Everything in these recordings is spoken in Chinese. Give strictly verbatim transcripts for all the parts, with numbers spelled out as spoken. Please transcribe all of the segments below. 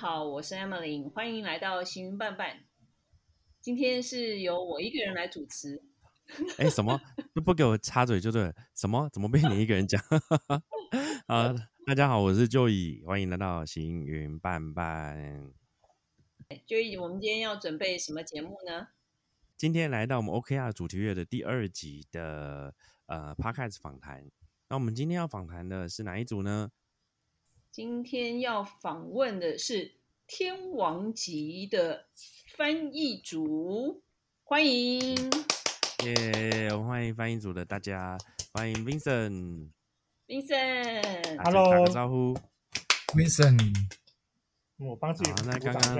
好，我是 Emily， 欢迎来到行云伴伴。今天是由我一个人来主持。 哎，什么都不给我插嘴就对了？什么？怎么被你一个人讲？啊，大家好，我是 Joey， 欢迎来到行云伴伴。 Joey，我们今天要准备什么节目呢？ 今天来到我们 O K R 主题乐的第二集的呃 Podcast 访谈。那我们今天要访谈的是哪一组呢？ 今天要访问的是天王级的翻译组，欢迎。 耶、yeah, 我们欢迎翻译组的大家，欢迎 Vincent。 Vincent， Hello， 打个招呼。 Vincent， 我帮自己好，那刚刚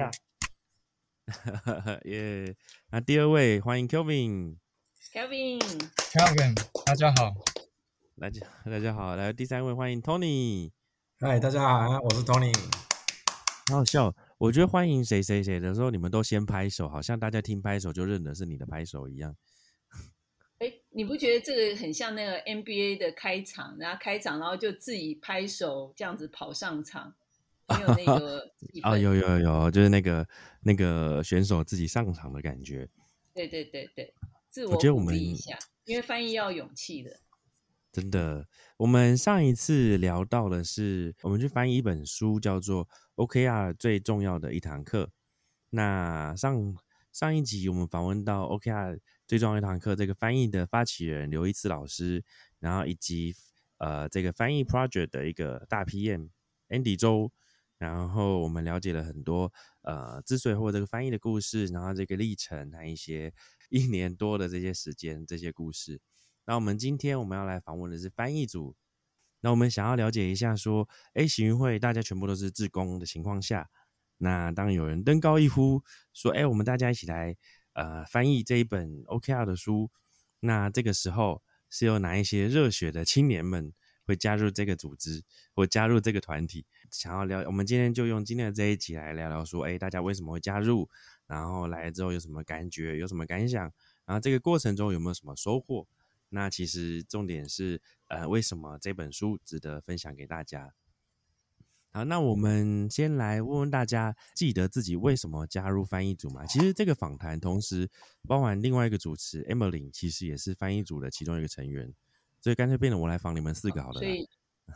耶， yeah, 那第二位欢迎 Kelvin。Kelvin， 大家好。 大家大家好，来第三位欢迎 Tony。 嗨，大家好，我是 Tony。 很好笑，我觉得欢迎谁谁谁的时候，你们都先拍手，好像大家听拍手就认得是你的拍手一样。 哎，你不觉得这个很像那个 N B A 的开场，然后开场然后就自己拍手这样子跑上场，很有那个气氛。 哦，有有有，就是那个那个选手自己上场的感觉。 对对对对，自我鼓励一下，因为翻译要勇气的。 真的，我们上一次聊到的是，我们去翻译一本书，叫做 O K R 最重要的一堂课。那上上一集我们访问到 O K R 最重要的一堂课这个翻译的发起人刘一次老师，然后以及呃这个翻译 project 的一个大 P M Andy 周，然后我们了解了很多呃之所以或这个翻译的故事，然后这个历程和一些一年多的这些时间这些故事。那我们今天我们要来访问的是翻译组，那我们想要了解一下说，哎，行云会大家全部都是志工的情况下，那当有人登高一呼说，哎，我们大家一起来呃翻译这一本 O K R 的书，那这个时候是有哪一些热血的青年们会加入这个组织或加入这个团体？想要聊，我们今天就用今天的这一集来聊聊说，哎，大家为什么会加入，然后来了之后有什么感觉，有什么感想，然后这个过程中有没有什么收获？那其实重点是，呃，为什么这本书值得分享给大家？好，那我们先来问问大家，记得自己为什么加入翻译组吗？其实这个访谈同时包含另外一个主持 Emily， 其实也是翻译组的其中一个成员，所以干脆变成我来访你们四个好了。 所以，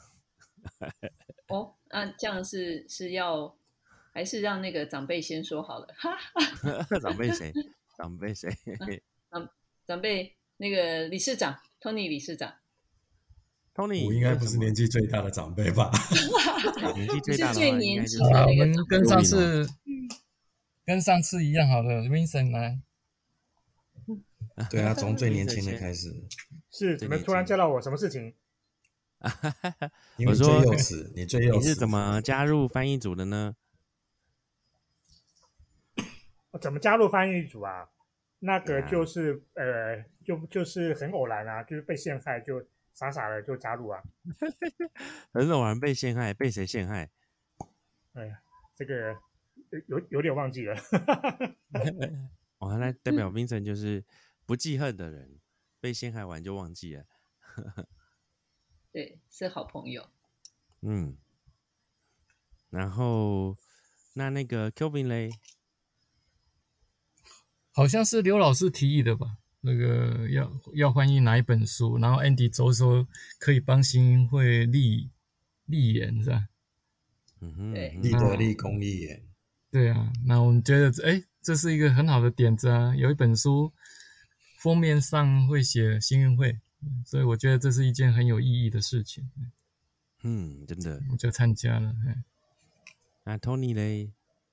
哦，那这样是是要还是让那个长辈先说好了？ 长辈谁？长辈谁？ 长长辈。那个理事长 Tony 理事长 Tony， 我应该不是年纪最大的长辈吧？ 年纪最大的是最年轻的、 那个、 啊、我们跟上次跟上次一样好了 Vincent 来。 对啊，从最年轻的开始。 是怎么突然叫到我？什么事情？ 因为你最幼稚，你最幼稚。 你是怎么加入翻译组的呢？ 怎么加入翻译组啊？那个就是、啊、呃，就就是很偶然啊，就是被陷害，就傻傻的就加入啊。 很偶然被陷害，被谁陷害？ 哎呀，这个有有点忘记了。 哇，那代表 Vincent 就是不记恨的人，被陷害完就忘记了。 对，是好朋友。 嗯，然后那那个 Kelvin 嘞？ 好像是刘老师提议的吧，那个要要翻译哪一本书，然后 Andy 周说可以帮行云会立立言是吧？ 嗯哼， 对， 立德立功立言。 对啊，那我们觉得哎，这是一个很好的点子啊，有一本书封面上会写行云会，所以我觉得这是一件很有意义的事情。 嗯，真的， 我就参加了。 那 Tony 嘞？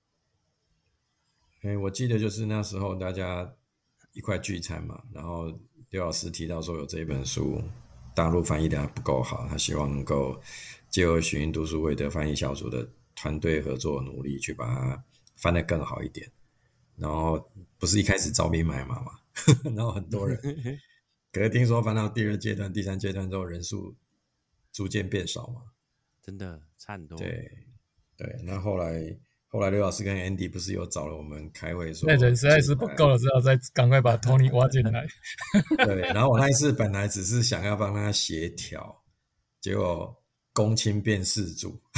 哎，我记得就是那时候大家一块聚餐嘛，然后刘老师提到说有这一本书大陆翻译的还不够好，他希望能够结合行云读书会的翻译小组的团队合作努力去把它翻得更好一点。然后不是一开始招兵买马嘛，然后很多人，可是听说翻到第二阶段、第三阶段之后人数逐渐变少嘛， 真的差很多。 对对，那后来。后来刘老师跟 Andy 不是有找了我们开会说， 那人实在是不够了，只好再赶快把 Tony 挖进来。 对，然后我那一次本来只是想要帮他协调，结果公亲变事主，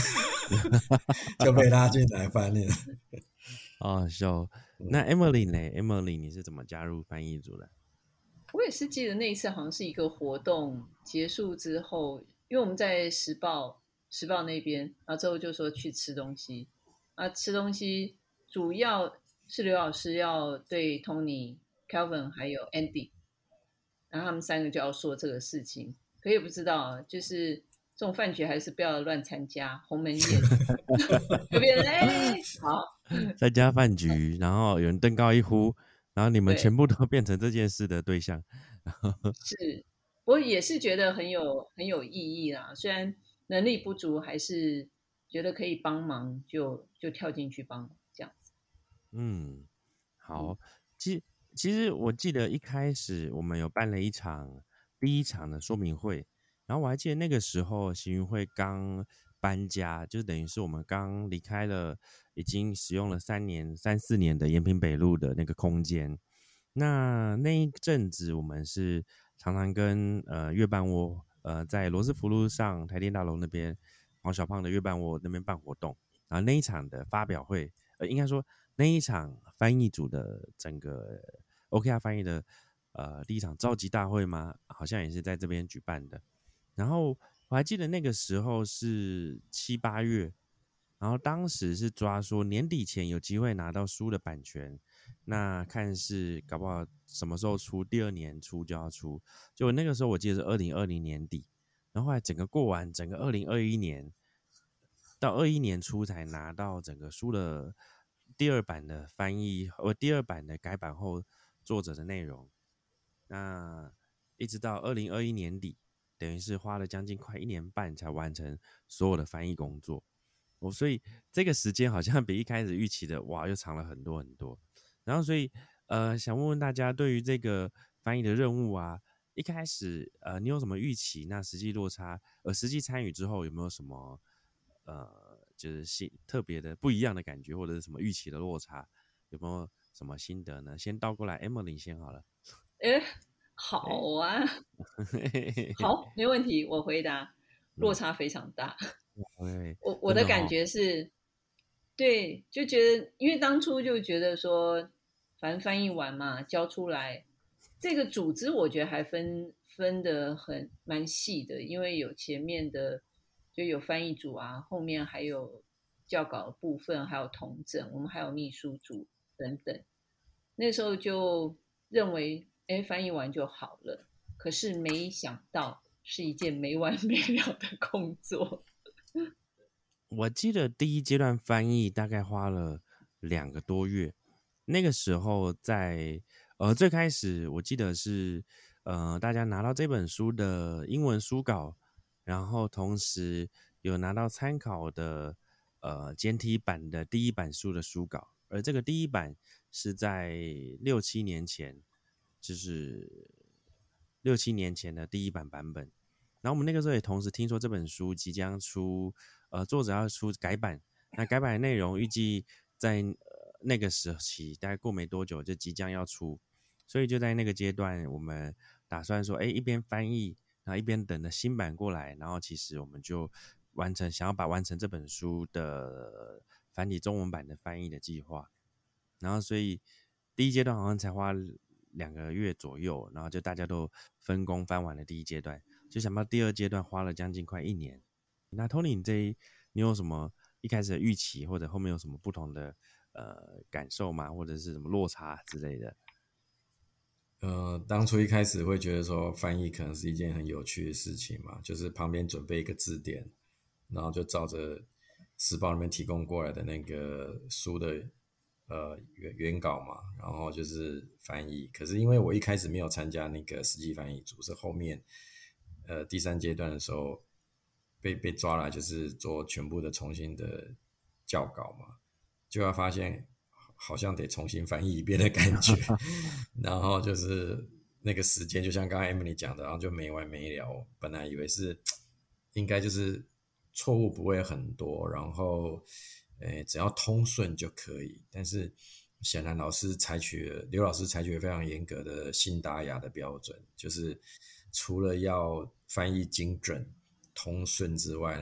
就被拉进来翻译了。 哦，笑。那 Emily 呢 ？Emily 你是怎么加入翻译组的？ 我也是记得那一次好像是一个活动结束之后，因为我们在时报时报那边，然后之后就说去吃东西啊，吃东西主要是刘老师要对 Tony、Kelvin 还有 Andy， 然后他们三个就要说这个事情，可也不知道，就是这种饭局还是不要乱参加，鸿门宴就变成哎好， 在家饭局，然后有人登高一呼，然后你们对全部都变成这件事的对象。 是，我也是觉得很有很有意义啦。虽然能力不足，还是觉得可以帮忙就，就跳进去帮忙这样子。 嗯，好。其其实我记得一开始我们有办了一场第一场的说明会，然后我还记得那个时候行云会刚搬家，就等于是我们刚离开了已经使用了三年三四年的延平北路的那个空间。那那一阵子我们是常常跟呃月半窝呃在罗斯福路上台电大楼那边黄小胖的月半窝那边办活动，然后那一场的发表会，呃应该说那一场翻译组的整个 O K R 翻译的呃第一场召集大会嘛，好像也是在这边举办的。然后我还记得那个时候是七八月，然后当时是抓说年底前有机会拿到书的版权，那看是搞不好什么时候出，第二年出就要出。就那个时候我记得是二零二零年底，然后后来整个过完整个二零二一年到二一年初才拿到整个书的第二版的翻译，呃，第二版的改版后作者的内容。那一直到二零二一年底，等于是花了将近快一年半才完成所有的翻译工作。哦，所以这个时间好像比一开始预期的哇又长了很多很多。然后所以呃，想问问大家对于这个翻译的任务啊，一开始呃你有什么预期？那实际落差，呃，实际参与之后有没有什么呃就是新特别的不一样的感觉，或者是什么预期的落差？有没有什么心得呢？先倒过来 ，Emily 先好了。 哎，好啊，好，没问题，我回答。落差非常大。 对， 我我的感觉是，对，就觉得，因为当初就觉得说，反正翻译完嘛，交出来，这个组织我觉得还分分的很蛮细的，因为有前面的就有翻译组啊，后面还有校稿的部分，还有统整，我们还有秘书组等等。那时候就认为，哎，翻译完就好了，可是没想到是一件没完没了的工作。 我记得第一阶段翻译大概花了两个多月，那个时候在呃最开始我记得是呃大家拿到这本书的英文书稿，然后同时有拿到参考的呃简体版的第一版书的书稿，而这个第一版是在六七年前，就是六七年前的第一版版本。然后我们那个时候也同时听说这本书即将出，呃，作者要出改版，那改版的内容预计在、呃、那个时期，大概过没多久就即将要出，所以就在那个阶段，我们打算说，哎，一边翻译，然后一边等着新版过来，然后其实我们就完成想要把完成这本书的繁体中文版的翻译的计划，然后所以第一阶段好像才花两个月左右，然后就大家都分工翻完了第一阶段。就想到第二阶段花了将近快一年。那 Tony 你这一你有什么一开始的预期，或者后面有什么不同的呃感受吗？或者是什么落差之类的？ 呃，当初一开始会觉得说翻译可能是一件很有趣的事情嘛，就是旁边准备一个字典，然后就照着时报里面提供过来的那个书的呃原原稿嘛，然后就是翻译。可是因为我一开始没有参加那个实际翻译组，是后面呃第三阶段的时候被被抓来，就是做全部的重新的校稿嘛，就要发现好像得重新翻译一遍的感觉，然后就是那个时间就像刚刚 Emily 讲的，然后就没完没了。本来以为是应该就是错误不会很多，然后诶只要通顺就可以，但是显然老师采取了刘老师采取了非常严格的信达雅的标准，就是除了要翻译精准通顺之外呢，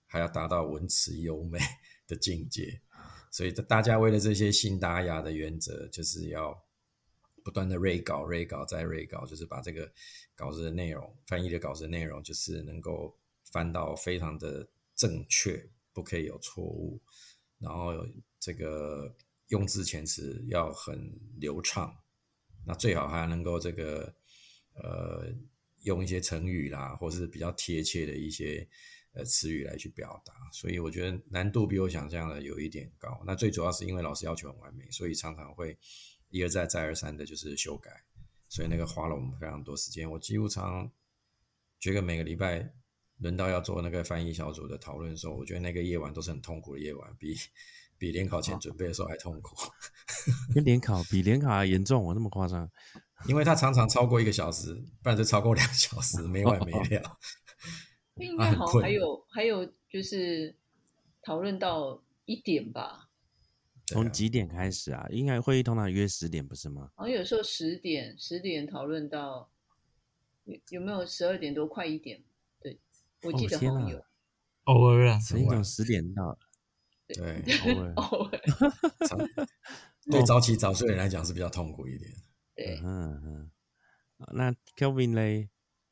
还要达到文词优美的境界。所以大家为了这些信达雅的原则，就是要不断的锐稿、锐稿再锐稿，就是把这个稿子的内容、翻译的稿子的内容，就是能够翻到非常的正确，不可以有错误，然后这个用字遣词要很流畅，那最好还能够这个呃用一些成语啦，或是比较贴切的一些呃词语来去表达，所以我觉得难度比我想象的有一点高。那最主要是因为老师要求很完美，所以常常会一而再再而三的就是修改，所以那个花了我们非常多时间。我几乎常觉得每个礼拜轮到要做那个翻译小组的讨论的时候，我觉得那个夜晚都是很痛苦的夜晚，比比联考前准备的时候还痛苦。 跟联考比联考还严重，我那么夸张？ 因为它常常超过一个小时，不然就超过两小时，没完没了。 应该好像还有还有就是讨论到一点吧。 从几点开始啊？应该会议通常约十点不是吗？ 好像有时候十点十点讨论到有有没有十二点多快一点？对，我记得好像有。 哦、 偶尔啊， 陈一总十点到。 对， 偶尔。 偶尔。 对早起早睡的人来讲是比较痛苦一点。 对， 嗯嗯。那 Kelvin 嘞？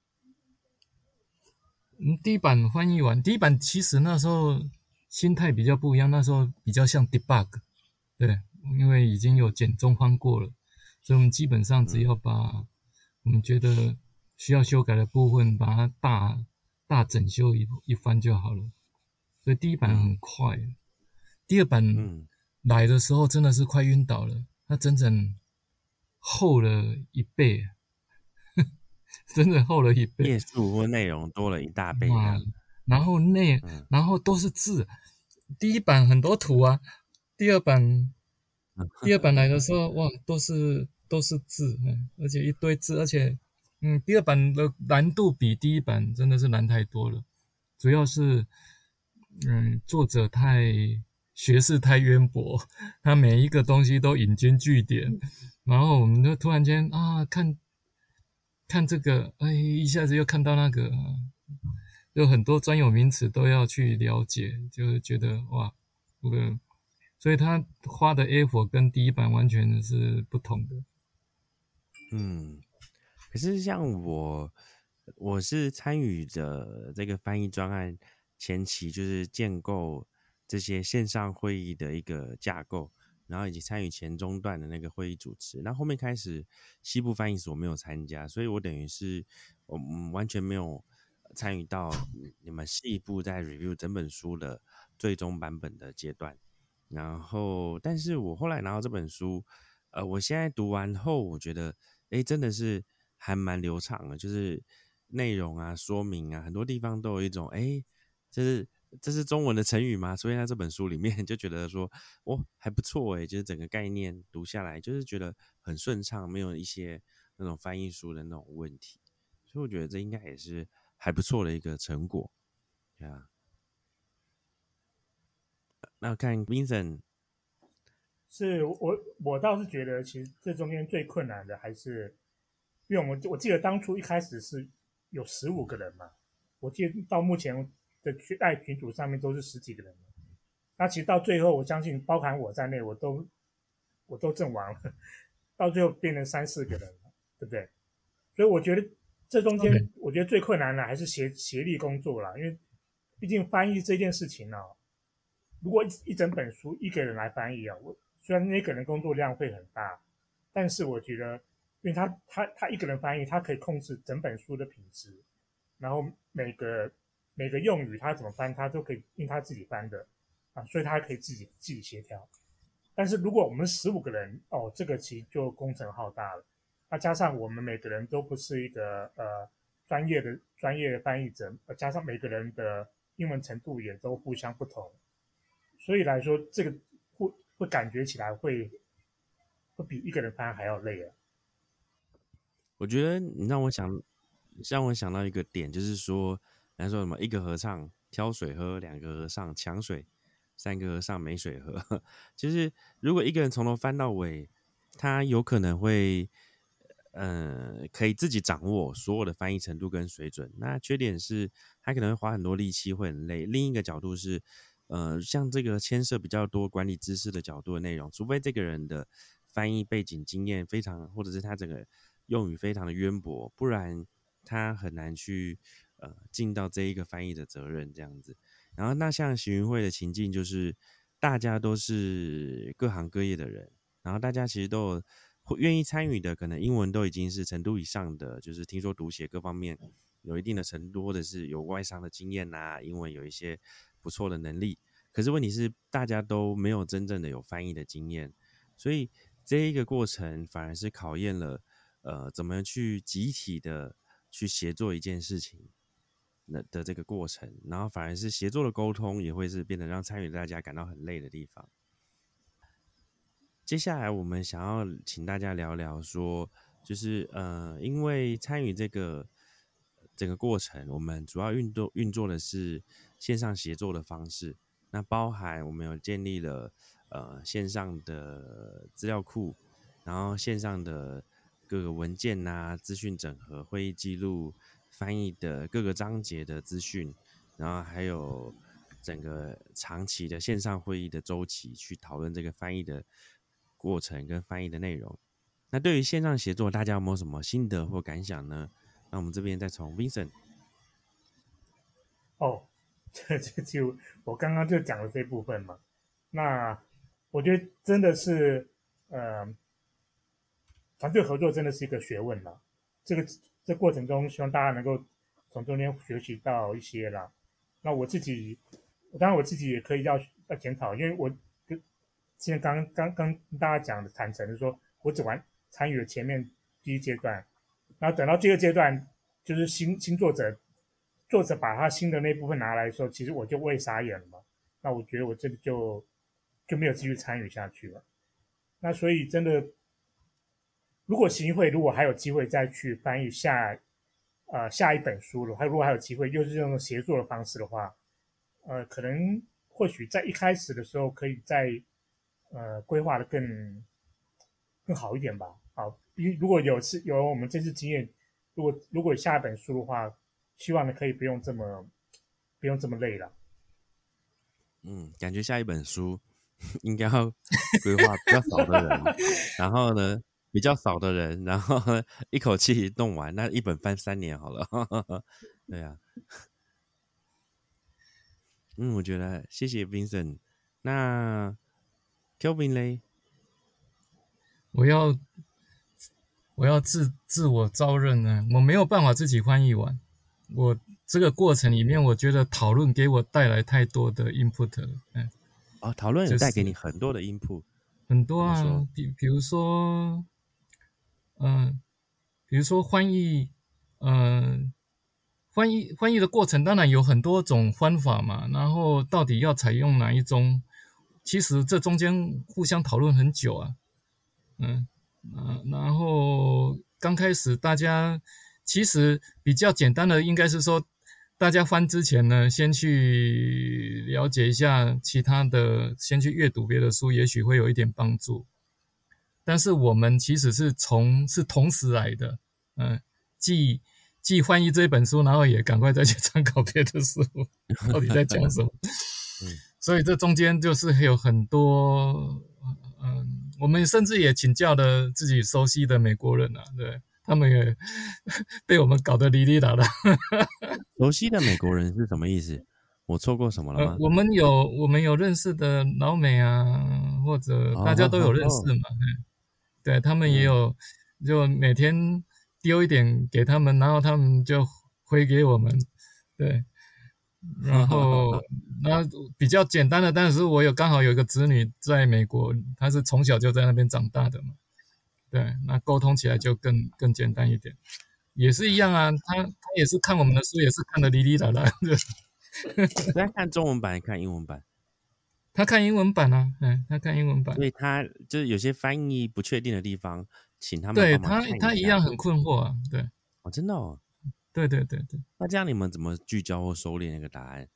嗯，第一版翻译完，第一版其实那时候心态比较不一样，那时候比较像 debug， 对，因为已经有简中翻过了，所以我们基本上只要把我们觉得需要修改的部分，把它大大整修一一番就好了。所以第一版很快，嗯、第二版来的时候真的是快晕倒了，它整整厚了一倍。真的厚了一倍， 页数或内容多了一大倍这样， 然后内、嗯、然后都是字，第一版很多图啊，第二版第二版来的时候哇都是都是字，而且一堆字，而且嗯第二版的难度比第一版真的是难太多了，主要是嗯作者太学识太渊博，他每一个东西都引经据典，然后我们就突然间啊看。看这个，哎，一下子又看到那个，有很多专有名词都要去了解，就觉得哇，这个，所以他花的 effort 跟第一版完全是不同的。 嗯，可是像我，我是参与的这个翻译专案前期，就是建构这些线上会议的一个架构。然后以及参与前中段的那个会议主持，那后面开始西部翻译所没有参加，所以我等于是我们完全没有参与到你们西部在 review 整本书的最终版本的阶段。然后，但是我后来拿到这本书，呃，我现在读完后，我觉得，哎，真的是还蛮流畅的，就是内容啊、说明啊，很多地方都有一种，哎，就是。这是中文的成语吗？所以在这本书里面就觉得说，哦，还不错诶，就是整个概念读下来，就是觉得很顺畅，没有一些那种翻译书的那种问题，所以我觉得这应该也是还不错的一个成果，对啊。那看 Vincent， 是我我倒是觉得，其实这中间最困难的还是，因为我们我记得当初一开始是有十五个人嘛，我记得到目前。的在群组上面都是十几个人，那其实到最后，我相信包含我在内，我都我都阵亡了，到最后变成三四个人了，对不对？所以我觉得这中间， okay. 我觉得最困难的还是协协力工作啦，因为毕竟翻译这件事情啊，如果一整本书一个人来翻译啊，我虽然那个人工作量会很大，但是我觉得，因为他他他一个人翻译，他可以控制整本书的品质，然后每个。每个用语他怎么翻，他都可以用他自己翻的啊，所以他可以自己自己协调。但是如果我们十五个人哦，这个其实就工程浩大了。那加上我们每个人都不是一个呃专业的专业的翻译者，加上每个人的英文程度也都互相不同，所以来说这个会会感觉起来会会比一个人翻还要累啊。 我觉得你让我想让我想到一个点，就是说。来说什么？一个和尚挑水喝，两个和尚抢水，三个和尚没水喝。就是如果一个人从头翻到尾，他有可能会呃，可以自己掌握所有的翻译程度跟水准。那缺点是他可能会花很多力气，会很累。另一个角度是，呃，像这个牵涉比较多管理知识的角度的内容，除非这个人的翻译背景经验非常，或者是他整个用语非常的渊博，不然他很难去呃尽到这一个翻译的责任这样子。然后那像行云会的情境就是大家都是各行各业的人，然后大家其实都有愿意参与的，可能英文都已经是程度以上的，就是听说读写各方面有一定的程度，或者是有外商的经验啊，英文有一些不错的能力。可是问题是大家都没有真正的有翻译的经验，所以这一个过程反而是考验了呃怎么去集体的去协作一件事情的这个过程，然后反而是协作的沟通也会是变得让参与大家感到很累的地方。接下来我们想要请大家聊聊说，就是呃，因为参与这个整个过程，我们主要运作运作的是线上协作的方式，那包含我们有建立了呃线上的资料库，然后线上的各个文件啊、资讯整合、会议记录、翻译的各个章节的资讯，然后还有整个长期的线上会议的周期，去讨论这个翻译的过程跟翻译的内容。那对于线上协作，大家有没有什么心得或感想呢？那我们这边再从 Vincent。 哦，这这就我刚刚就讲了这部分嘛。那我觉得真的是，呃，团队合作真的是一个学问啦。这个这过程中，希望大家能够从中间学习到一些啦。那我自己，当然我自己也可以要要检讨，因为我跟之前刚刚刚跟大家讲的坦诚是说，我只玩参与了前面第一阶段，然后等到第二阶段，就是新新作者作者把他新的那部分拿来的时候，其实我就会傻眼了嘛。那我觉得我这里就就没有继续参与下去了。那所以真的，如果行会如果还有机会再去翻译下呃下一本书的话，如果还有机会又是用协作的方式的话，呃，可能或许在一开始的时候可以再呃规划的更更好一点吧。好，如果有次有我们这次经验，如果如果下一本书的话，希望呢可以不用这么不用这么累了。 嗯，感觉下一本书应该要规划比较少的人，然后呢比较少的人，然后呢一口气弄完，那一本翻三年好了。对啊，嗯，我觉得谢谢 Vincent。那 Kelvin 嘞？ 我要我要自自我招认呢，我没有办法自己翻译完。我这个过程里面，我觉得讨论给我带来太多的 input 了。嗯， 哦，讨论也带给你很多的 input，、就是、 很多啊，比比如说，嗯、呃，比如说翻译，嗯、呃，翻译翻译的过程当然有很多种方法嘛，然后到底要采用哪一种，其实这中间互相讨论很久啊，嗯，呃、然后刚开始大家。其实比较简单的应该是说，大家翻之前呢，先去了解一下其他的，先去阅读别的书，也许会有一点帮助。但是我们其实是从是同时来的，嗯、呃，既既翻译这本书，然后也赶快再去参考别的书，到底在讲什么？所以这中间就是有很多，嗯、呃，我们甚至也请教了自己熟悉的美国人啊，对。他们也被我们搞得哩哩啦啦。 熟悉的美国人是什么意思？我错过什么了吗？ 呃、我们有我们有认识的老美啊，或者大家都有认识嘛。哦哦哦对，他们也有，嗯、就每天丢一点给他们，然后他们就回给我们。对，然后那比较简单的，但是我有刚好有一个子女在美国，他是从小就在那边长大的嘛。对，那沟通起来就更更简单一点，也是一样啊。他他也是看我们的书，也是看得哩哩啦啦。 他看中文版还看英文版？ 他看英文版啊，嗯，他看英文版。 所以他就是有些翻译不确定的地方，请他们对帮忙看一下。 他他一样很困惑啊，对。 哦，真的哦。 对对对对。 那这样你们怎么聚焦或收敛那个答案？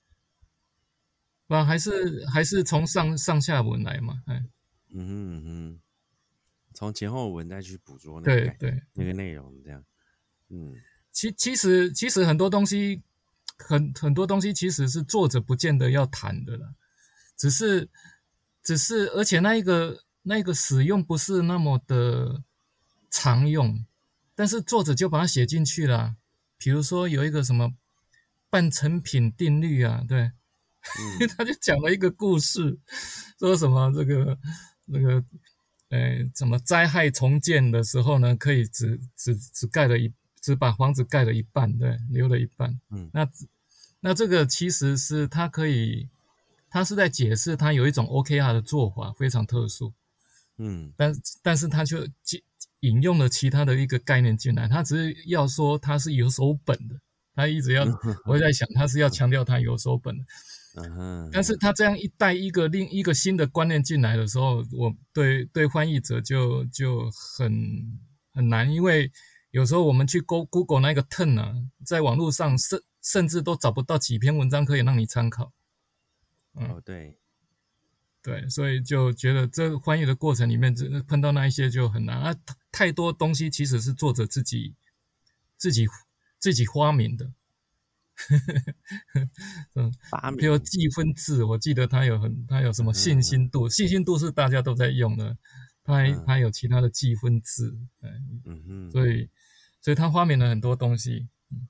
啊，还是还是从上上下文来嘛，哎。 嗯哼嗯哼。 从前后文再去捕捉那个对对那个内容，这样，嗯， 其其实其实很多东西，很很多东西其实是作者不见得要谈的啦，只是只是而且那一个那一个使用不是那么的常用，但是作者就把它写进去了。比如说有一个什么半成品定律啊，对，嗯、他就讲了一个故事，说什么这个这个。呃，怎么灾害重建的时候呢？可以只只只盖了一，只把房子盖了一半，对，留了一半。嗯，那那这个其实是他可以，他是在解释他有一种 O K R 的做法非常特殊。嗯，但但是他就引用了其他的一个概念进来，他只是要说他是有手本的，他一直要，我在想他是要强调他有手本的。嗯，但是他这样一带一个另一个新的观念进来的时候，我对对翻译者就就很很难，因为有时候我们去 Google 那个 turn 啊，在网络上甚甚至都找不到几篇文章可以让你参考。 嗯、哦，对， 对，所以就觉得这个翻译的过程里面，碰到那一些就很难啊，太多东西其实是作者自己自己自己发明的。嗯，比如计分制，我记得它有很，它有什么信心度，嗯、信心度是大家都在用的，它它有其他的计分制，嗯嗯哼，所以所以他发明了很多东西。嗯、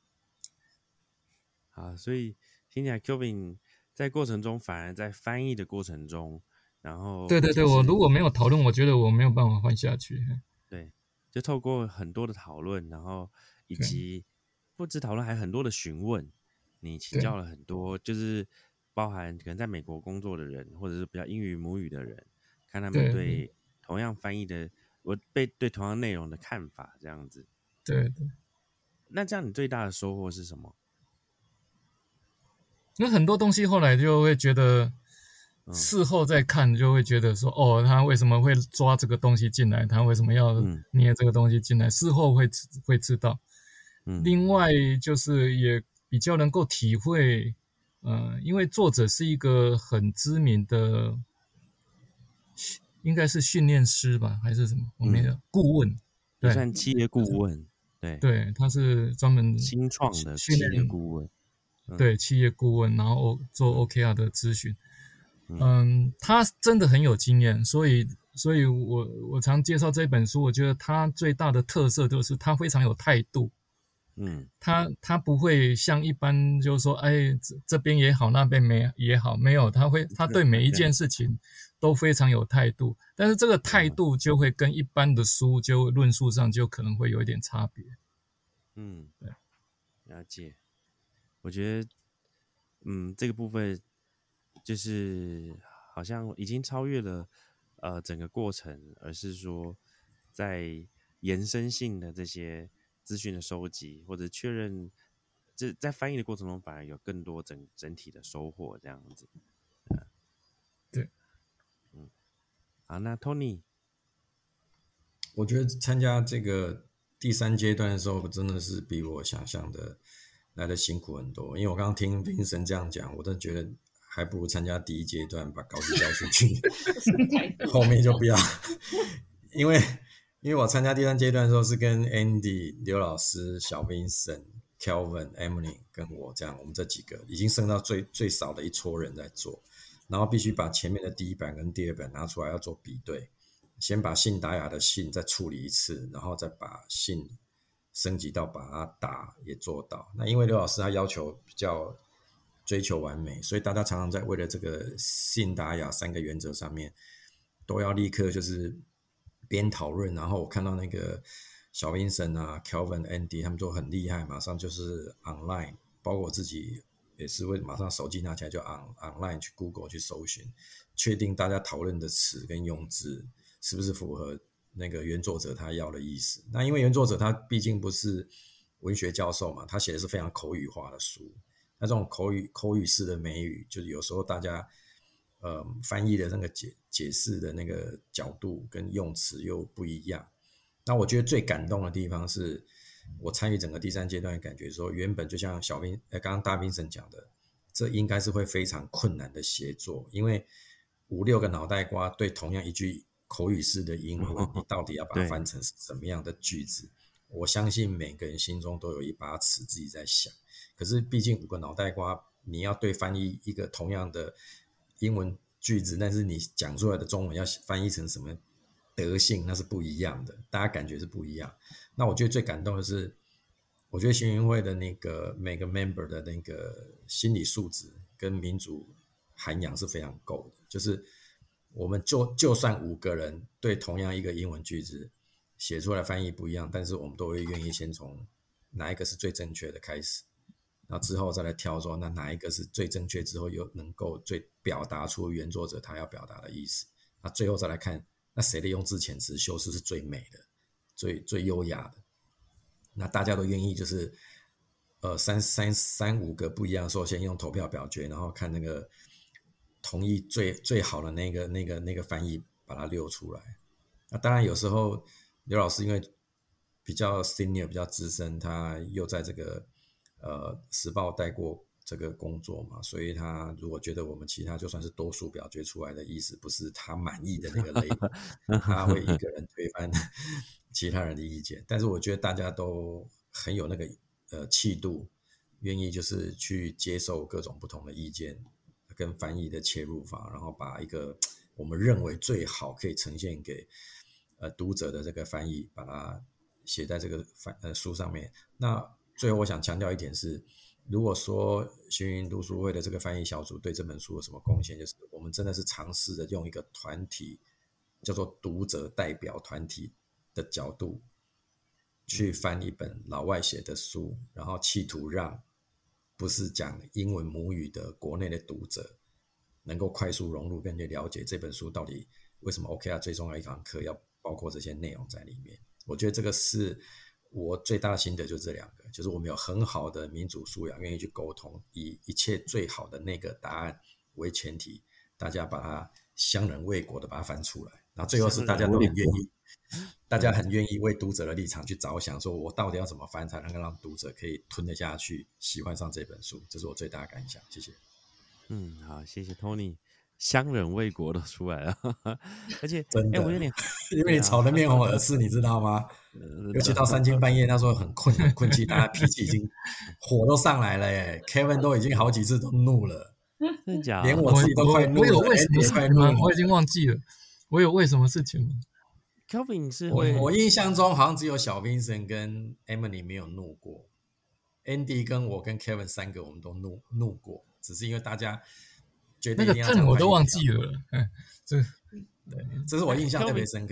好，所以听起来 Kelvin 在过程中反而在翻译的过程中，然后对对对，我如果没有讨论，我觉得我没有办法翻下去。 对，就透过很多的讨论，然后以及。不止讨论，还很多的询问，你请教了很多，就是包含可能在美国工作的人，或者是比较英语母语的人，看他们对同样翻译的，我对对同样内容的看法，这样子。 对对。 那这样你最大的收获是什么？ 那很多东西后来就会觉得，事后再看就会觉得说，哦，他为什么会抓这个东西进来？他为什么要捏这个东西进来？事后会会知道。另外就是也比较能够体会，呃，因为作者是一个很知名的，应该是训练师吧，还是什么？我没有、嗯、顾问， 对，算企业顾问，对， 对，他是专门新创的企业顾问， 嗯、对，企业顾问，然后做 O K R 的咨询，嗯, 嗯，他真的很有经验，所以，所以我我常介绍这本书，我觉得他最大的特色就是他非常有态度。嗯，他他不会像一般就是说，哎，这这边也好，那边没也好，没有，他会他对每一件事情都非常有态度，但是这个态度就会跟一般的书就论述上就可能会有一点差别。 嗯，对，了解。我觉得，嗯，这个部分就是好像已经超越了呃整个过程，而是说在延伸性的这些资讯的收集或者确认，这在翻译的过程中反而有更多整整体的收获，这样子。嗯、 对， 嗯，好，那 Tony， 我觉得参加这个第三阶段的时候，真的是比我想象的来的辛苦很多。因为我刚刚听Vincent这样讲，我真的觉得还不如参加第一阶段，把稿子交出去，后面就不要，因为。因为我参加第三阶段的时候是跟 Andy、刘老师、小 Vincent、Kelvin、Emily 跟我这样，我们这几个已经剩到最最少的一撮人在做，然后必须把前面的第一版跟第二版拿出来要做比对，先把信达雅的信再处理一次，然后再把信升级到把它打也做到。那因为刘老师他要求比较追求完美，所以大家常常在为了这个信达雅三个原则上面都要立刻就是边讨论，然后我看到那个小 Vincent 啊 Kelvin、Andy 他们都很厉害，马上就是 online， 包括我自己也是会马上手机拿起来就 on, online 去 Google 去搜寻，确定大家讨论的词跟用字是不是符合那个原作者他要的意思。那因为原作者他毕竟不是文学教授嘛，他写的是非常口语化的书，那这种口语口语式的美语，就是有时候大家呃翻译的那个解解释的那个角度跟用词又不一样。那我觉得最感动的地方是我参与整个第三阶段的感觉说，原本就像小兵呃刚刚大兵神讲的，这应该是会非常困难的协作，因为五六个脑袋瓜对同样一句口语式的英文，你到底要把它翻成什么样的句子？我相信每个人心中都有一把尺自己在想，可是毕竟五个脑袋瓜，你要对翻译一个同样的英文句子，但是你讲出来的中文要翻译成什么德性，那是不一样的，大家感觉是不一样。那我觉得最感动的是，我觉得学运会的那个每个 member 的那个心理素质跟民主涵养是非常够的，就是我们就就算五个人对同样一个英文句子写出来翻译不一样，但是我们都会愿意先从哪一个是最正确的开始，然后之后再来挑说那哪一个是最正确之后又能够最表达出原作者他要表达的意思，那最后再来看那谁的用字遣词修饰是最美的最最优雅的，那大家都愿意就是呃三三三五个不一样的时候先用投票表决，然后看那个同意最最好的那个那个那个翻译把它溜出来。那当然有时候刘老师因为比较 senior 比较资深，他又在这个呃时报待过这个工作嘛，所以他如果觉得我们其他就算是多数表决出来的意思不是他满意的那个类他会一个人推翻其他人的意见，但是我觉得大家都很有那个呃气度，愿意就是去接受各种不同的意见跟翻译的切入法，然后把一个我们认为最好可以呈现给呃读者的这个翻译把它写在这个翻呃书上面。那最后我想强调一点是，如果说学运读书会的这个翻译小组对这本书有什么贡献，就是我们真的是尝试的用一个团体叫做读者代表团体的角度去翻一本老外写的书，然后企图让不是讲英文母语的国内的读者能够快速融入并且了解这本书到底为什么 O K R 最重要一堂课要包括这些内容在里面。我觉得这个是我最大的心得，就这两个，就是我们有很好的民主素养，愿意去沟通，以一切最好的那个答案为前提，大家把它相人为国的把它翻出来，然后最后是大家都很愿意大家很愿意为读者的立场去着想，说我到底要怎么翻才能够让读者可以吞得下去喜欢上这本书，这是我最大的感想。谢谢。 嗯，好，谢谢 Tony， 乡人为国都出来了而且真的、 欸、我有点因为你吵得面红耳赤你知道吗？尤其到三更半夜那时候很困很困气，大家脾气已经火都上来了耶 Kevin 都已经好几次都怒了， 真的假的？ 连我自己都快怒了。 我有为什么事情吗？我已经忘记了我有为什么事情吗？ Kelvin 是会我, 我印象中好像只有小 Vincent 跟 Emily 没有怒过， Andy 跟我跟 Kevin 三个我们都 怒, 怒过，只是因为大家决定一定要那个我都忘记了。嗯，这对，这是我印象特别深刻。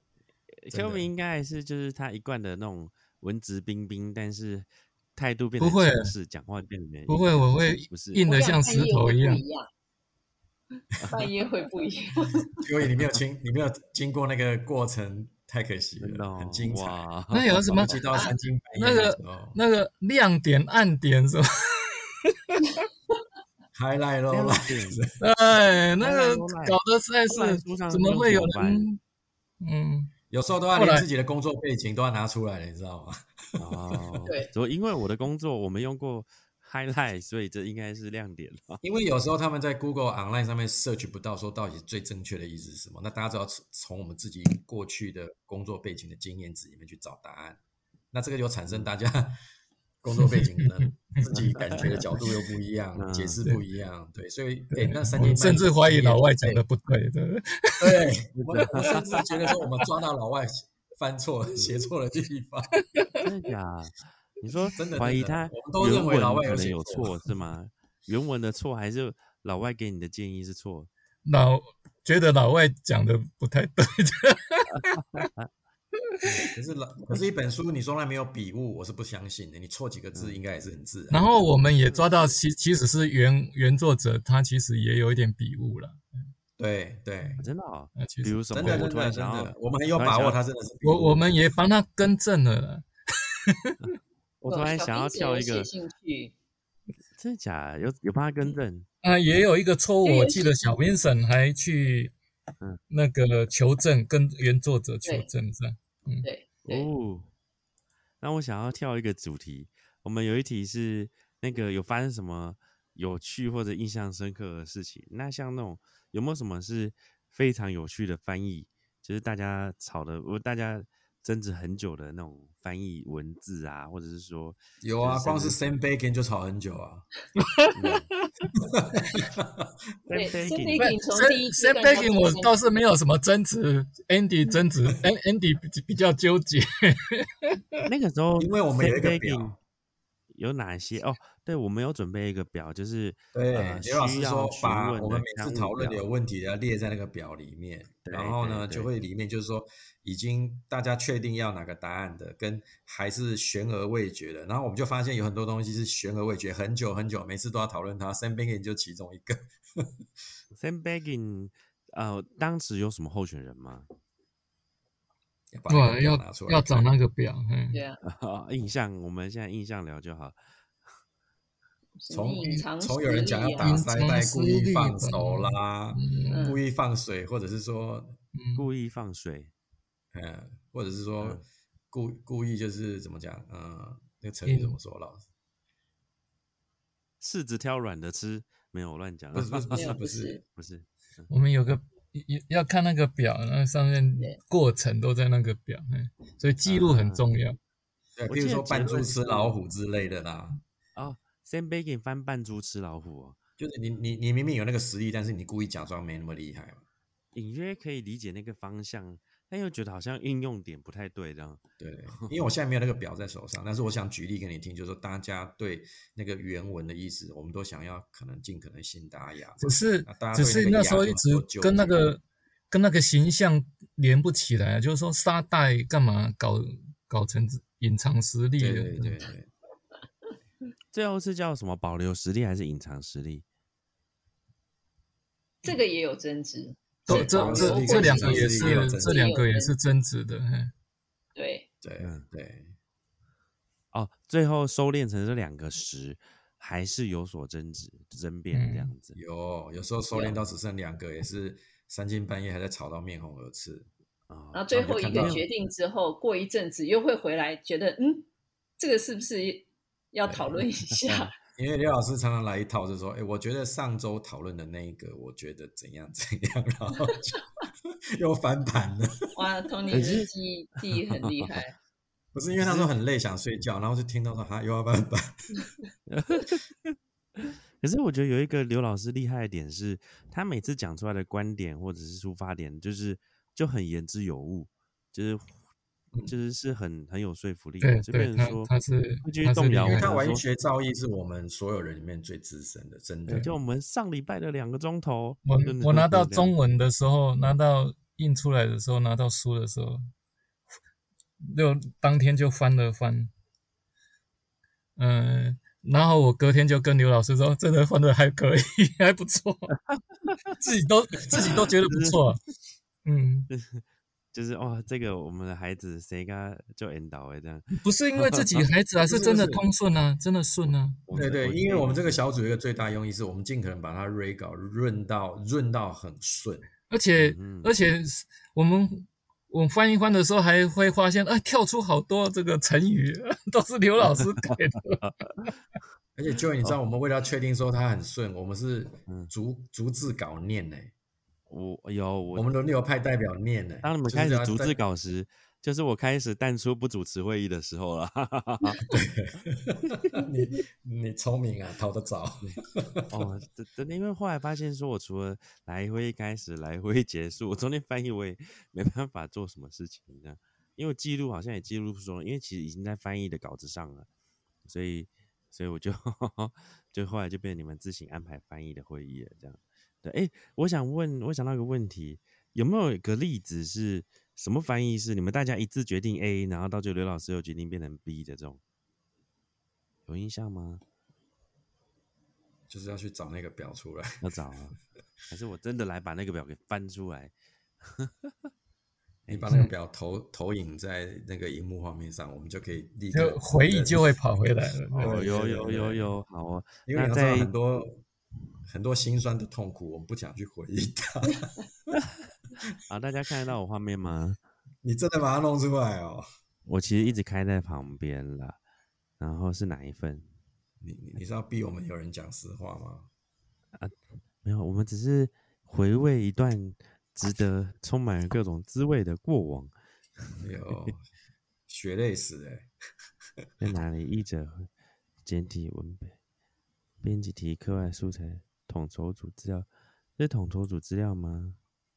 Kelvin 应该还是就是他一贯的那种文质彬彬，但是态度变得不会强势，讲话变得不会，我会硬得像石头一样。 半夜会不一样， 所以你没有经你没有经过那个过程，太可惜了， 哦、 很精彩。 那有什么？ 到三更半夜那个那个亮点暗点是吧 ？highlight low light， 哎，那个搞得实在是怎么会有人？嗯， 有时候都要连自己的工作背景都要拿出来了，你知道吗？ 哦，对，因为我的工作我们用过 highlight， 所以这应该是亮点了。 因为有时候他们在 Google Online 上面 search 不到说到底最正确的意思是什么，那大家就要从我们自己过去的工作背景的经验值里面去找答案，那这个就产生大家工作背景可能自己感觉的角度又不一样，嗯、解释不一样，对，所以哎，那三更半夜甚至怀疑老外讲的不对，对不对？对，我, 我甚至觉得说我们抓到老外翻错了、写错了地方， 真的假的？你说真的怀疑他原文可能有错是吗？原文的错还是老外给你的建议是错？ 老觉得老外讲的不太对可是老可是一本书你从来没有笔误，我是不相信的。你错几个字应该也是很自然。 然后我们也抓到其其实是原原作者他其实也有一点笔误了。 对对， 真的啊、 哦， 比如什么？ 真的真的真的，我们很有把握，他真的是我我们也帮他更正了啦。 我突然想要跳一个，真的假的？有有帮他更正啊？也有一个错误，我记得小Vincent还去那个求证，跟原作者求证是吧？ 嗯，对哦。那我想要跳一个主题，我们有一题是那个有发生什么有趣或者印象深刻的事情？那像那种有没有什么是非常有趣的翻译？ 就是大家吵的，我大家争执很久的那种翻译文字啊，或者是说有啊，光是 Sam Bacon 就吵很久啊。 对 Sam ，Sam Bacon Bacon 从第一季 Sam 看到 Bacon 我第三倒是没有什么争执，Andy 争执，Andy 比比较纠结。 那个时候， 因为我们有一个 Sam 表 Bacon 有哪些哦？对，我们有准备一个表，就是对， 呃刘老师需要说询问的把我们每次刊物表讨论的有问题的要列在那个表里面， 对然后呢对对就会里面就是说已经大家确定要哪个答案的，跟还是悬而未决的，然后我们就发现有很多东西是悬而未决，很久很久，每次都要讨论它。Sam Bacon 就其中一个。 Sam Bacon，呃，当时有什么候选人吗？ 要把那哇， 个表要拿出来要找那个表，嗯， 对啊， 印象，我们现在印象聊就好。 什么从隐藏从有人讲要实力啊打塞带，故意放隐藏实力手啦， 嗯故意放水，或者是说， 嗯， 故意放水， 嗯，或者是说嗯故故意就是怎么讲，嗯，那个成语怎么说，老师？ 柿子挑软的吃，没有乱讲， 不是不是不没有不是不是是， 不是， 我们有个要看那个表，那上面对过程都在那个表，嗯，所以记录很重要。 对， 我记得比如说扮猪吃结论是老虎之类的啦， 哦，Sam Bacon 翻扮猪吃老虎哦， 就是你你你明明有那个实力，但是你故意假装没那么厉害嘛。 隐约可以理解那个方向，但又觉得好像运用点不太对，这样。 对，因为我现在没有那个表在手上，但是我想举例给你听，就是说大家对那个原文的意思，我们都想要可能尽可能信达雅， 只是那大家只对那个是那时候一雅就很多直跟那纠结个跟那个形象连不起来，就是说沙袋干嘛搞搞成隐藏实力的？ 对对对对， 最后是叫什么？保留实力还是隐藏实力？ 这个也有争执。 都是保这这留这两或者是个也是也有争这两个也有是争执的，嗯对， 对嗯对， 哦，最后收敛成这两个十，还是有所争执、争辩这样子。 有有时候收敛到只剩两个，也是三更半夜还在吵到面红耳赤。 哦然后最后一然后就看到个决定之后，过一阵子又会回来，觉得嗯，这个是不是要讨论一下？ 因为刘老师常常来一套，就说：“哎，我觉得上周讨论的那一个，我觉得怎样怎样，然后就又翻盘了。 哇，Tony 的记忆记忆很厉害。 不是因为那时候很累想睡觉，然后就听到说哈又要翻盘。 可是我觉得有一个刘老师厉害的点是，他每次讲出来的观点或者是出发点，就是就很言之有物，就是就是是很很有说服力的。 对就变对，他成说他是会去他是动摇厉害因为他我们说文学造诣是我们所有人里面最资深的，真的对，。就我们上礼拜的两个钟头， 我就我拿到这样中文的时候，拿到印出来的时候，拿到书的时候，就当天就翻了翻，嗯、然后我隔天就跟刘老师说，真的翻的还可以，还不错，自己都自己都觉得不错，嗯， 就是哇，这个我们的孩子谁跟就引导哎这样。 不是因为自己孩子啊，是真的不是通顺啊，真的顺啊， 对对， 我因为我们这个小组有一个最大用意是我们尽可能把它 re 稿润到润到很顺。 而且、 嗯而且我们我们翻一翻的时候还会发现，哎，跳出好多这个成语，都是刘老师改的。 而且 Joey，你知道我们为了要确定说它很顺，我们是嗯逐逐字稿念呢、 我有我我们轮流派代表念呢、 当你们就是开始要在逐字稿时，就是我开始淡出不主持会议的时候了。 你你聪明啊，逃得早。 哦，真真的，因为后来发现说，我除了来会议开始，来会议结束，我中间翻译我也没办法做什么事情这样，因为记录好像也记录不出来，因为其实已经在翻译的稿子上了，所以所以我就就后来就变成你们自行安排翻译的会议了这样。对，哎，我想问，我想到一个问题，有没有一个例子是什么翻译是你们大家一致决定 A， 然后到最后刘老师又决定变成 B 的这种，有印象吗？ 就是要去找那个表出来。 要找啊，还是我真的来把那个表给翻出来？ 你把那个表投投影在那个荧幕画面上，我们就可以立刻就回忆就会跑回来了。 哦， 对有对对有有有，好哦。那因为有时候在很多很多心酸的痛苦，我们不想去回忆它。 好，大家看得到我画面吗？ 你真的把它弄出来哦？ 我其实一直开在旁边了。然后是哪一份？ 你你你是要逼我们有人讲实话吗？ 没有，我们只是回味一段值得充满了各种滋味的过往。 有血泪史哎、 欸，在哪里？译者、简体文本、编辑题、课外素材、统筹组资料，这是统筹组资料吗？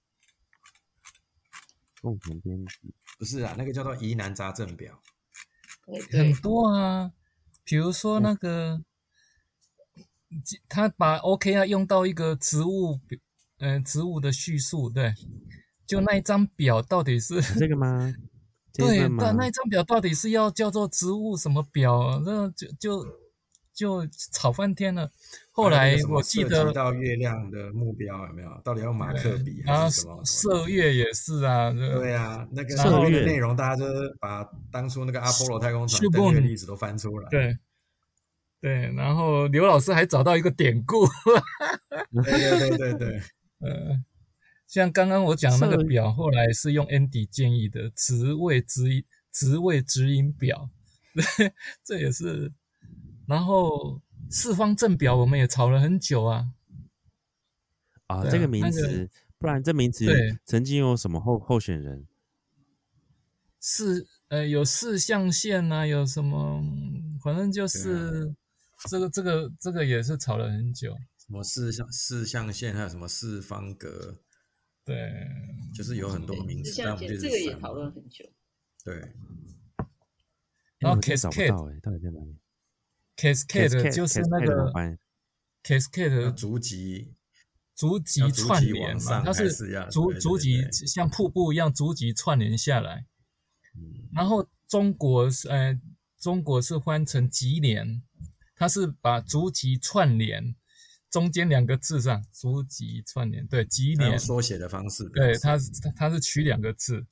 共同编辑不是啊，那个叫做疑难杂症表， 很多啊，比如说那个，嗯、他把 O K R 用到一个植物，呃，植物的叙述，对，就那一张表到底是这个吗？ 对，但那一张表到底是要叫做植物什么表？那就就就吵翻天了。后来我记得涉及到月亮的目标有没有？到底要马克笔还是什么？ 射月也是啊。 对啊，那个射月的内容，大家就是把当初那个阿波罗太空船登月历史都翻出来。 对对，然后刘老师还找到一个典故。 对对对对对， 呃。像刚刚我讲那个表，后来是用 Andy 建议的职位指职位指引表，这也是。然后四方正表我们也吵了很久啊。 啊，啊这个名词，那个、不然这名词曾经有什么候候选人？ 是呃有四象限啊，有什么，反正就是、啊、这个这个这个也是吵了很久。 什么四象四象限，还有什么四方格？ 对， 就是有很多名词，但我们这个也讨论很久。 对， 然后 cascade 哎，到底在哪里 ？cascade 就是那个 cascade 逐级逐级串联嘛，它是逐逐级像瀑布一样逐级串联下来。嗯、然后中国是呃中国是翻成级联，它是把逐级串联。中间两个字上逐级串联，对，级联缩写的方式， 对，它它是取两个字，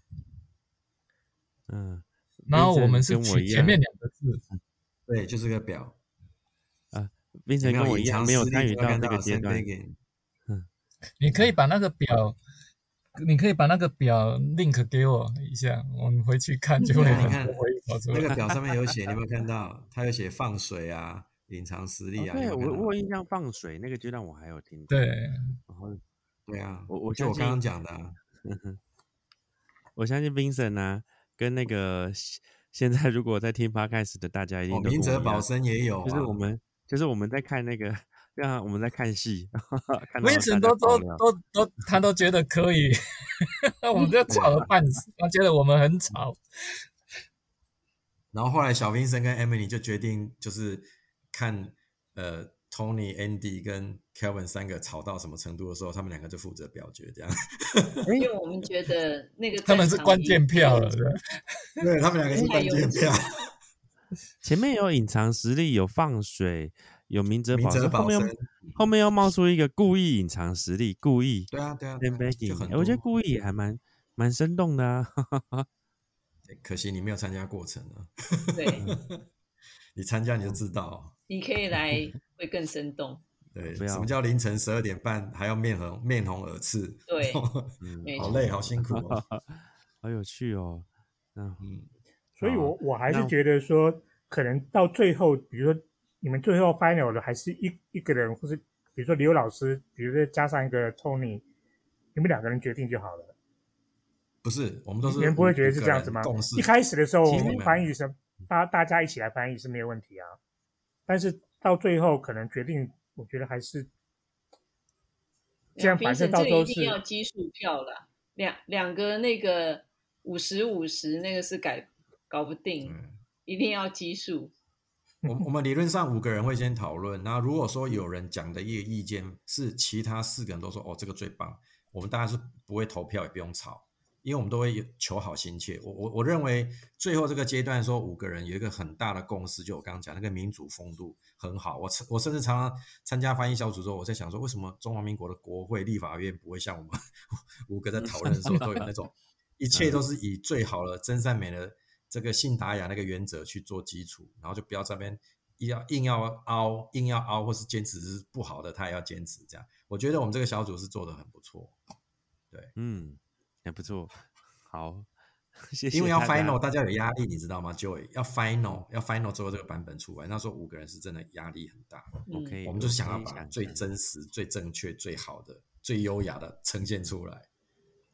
嗯， 然后我们是取前面两个字， 对，就是个表啊。变成跟我一样没有参与到这个阶段， 嗯，你可以把那个表，你可以把那个表 link 给我一下，我们回去看就会很多回忆跑出来。 那个表上面有写，你有没有看到？它有写放水啊。隐藏实力啊！ 哦、对我我有印象放水那个阶段我还有听到。 对， 然后对啊， 我我就我刚刚讲的、啊， 我相信 Vincent 啊，跟那个现在如果在听 Podcast 的大家一定都跟我一样， 明哲保身也有、啊， 就是我们就是我们在看那个，让我们在看戏 ，Vincent 都都都都他都觉得可以，我们就吵了半死，他觉得我们很吵。 然后后来小 Vincent 跟 Emily 就决定就是看呃 Tony、Andy 跟 Kelvin 三个吵到什么程度的时候，他们两个就负责表决这样。 因为我们觉得那个他们是关键票了， 对，对他们两个是关键票。 前面有隐藏实力，有放水，有明哲保身， 后面后面又冒出一个故意隐藏实力，故意对啊对啊， 就很我觉得故意也还蛮蛮生动的啊。 可惜你没有参加过程啊。 对， 你参加你就知道， 你可以来会更生动。 对，什么叫凌晨十二点半还要面红面红耳赤？ 对， 嗯、好累，好辛苦哦， 好有趣哦。嗯， 所以我我还是觉得说，可能到最后，比如说你们最后 final 的还是一一个人，或是比如说刘老师，比如说加上一个 Tony， 你们两个人决定就好了。 不是，我们都是你们不会觉得是这样子吗？一开始的时候，我们翻译是大大家一起来翻译是没有问题啊，但是到最后可能决定，我觉得还是这样，反正到时候是一定要基数票了，两两个那个五十五十那个是改搞不定，嗯、一定要基数。 我我们理论上五个人会先讨论，然后如果说有人讲的一个意见是其他四个人都说哦这个最棒，我们大家是不会投票也不用吵。因为我们都会求好心切，我我我认为最后这个阶段说五个人有一个很大的共识，就我刚刚讲那个民主风度很好。我我甚至常常参加翻译小组之后，我在想说，为什么中华民国的国会立法院不会像我们五个在讨论的时候都有那种一切都是以最好的真善美的这个信达雅那个原则去做基础，然后就不要这边硬要硬要凹硬要凹，或是坚持是不好的，他也要坚持这样。我觉得我们这个小组是做得很不错，对， 嗯。还不错，好，谢谢。 因为要 final， 大家有压力，你知道吗 ？Joy 要 final， 要 final 最后这个版本出来，那时候五个人是真的压力很大。 OK，、嗯、 我们就是想要把最真实、最正确、最好的、最优雅的呈现出来。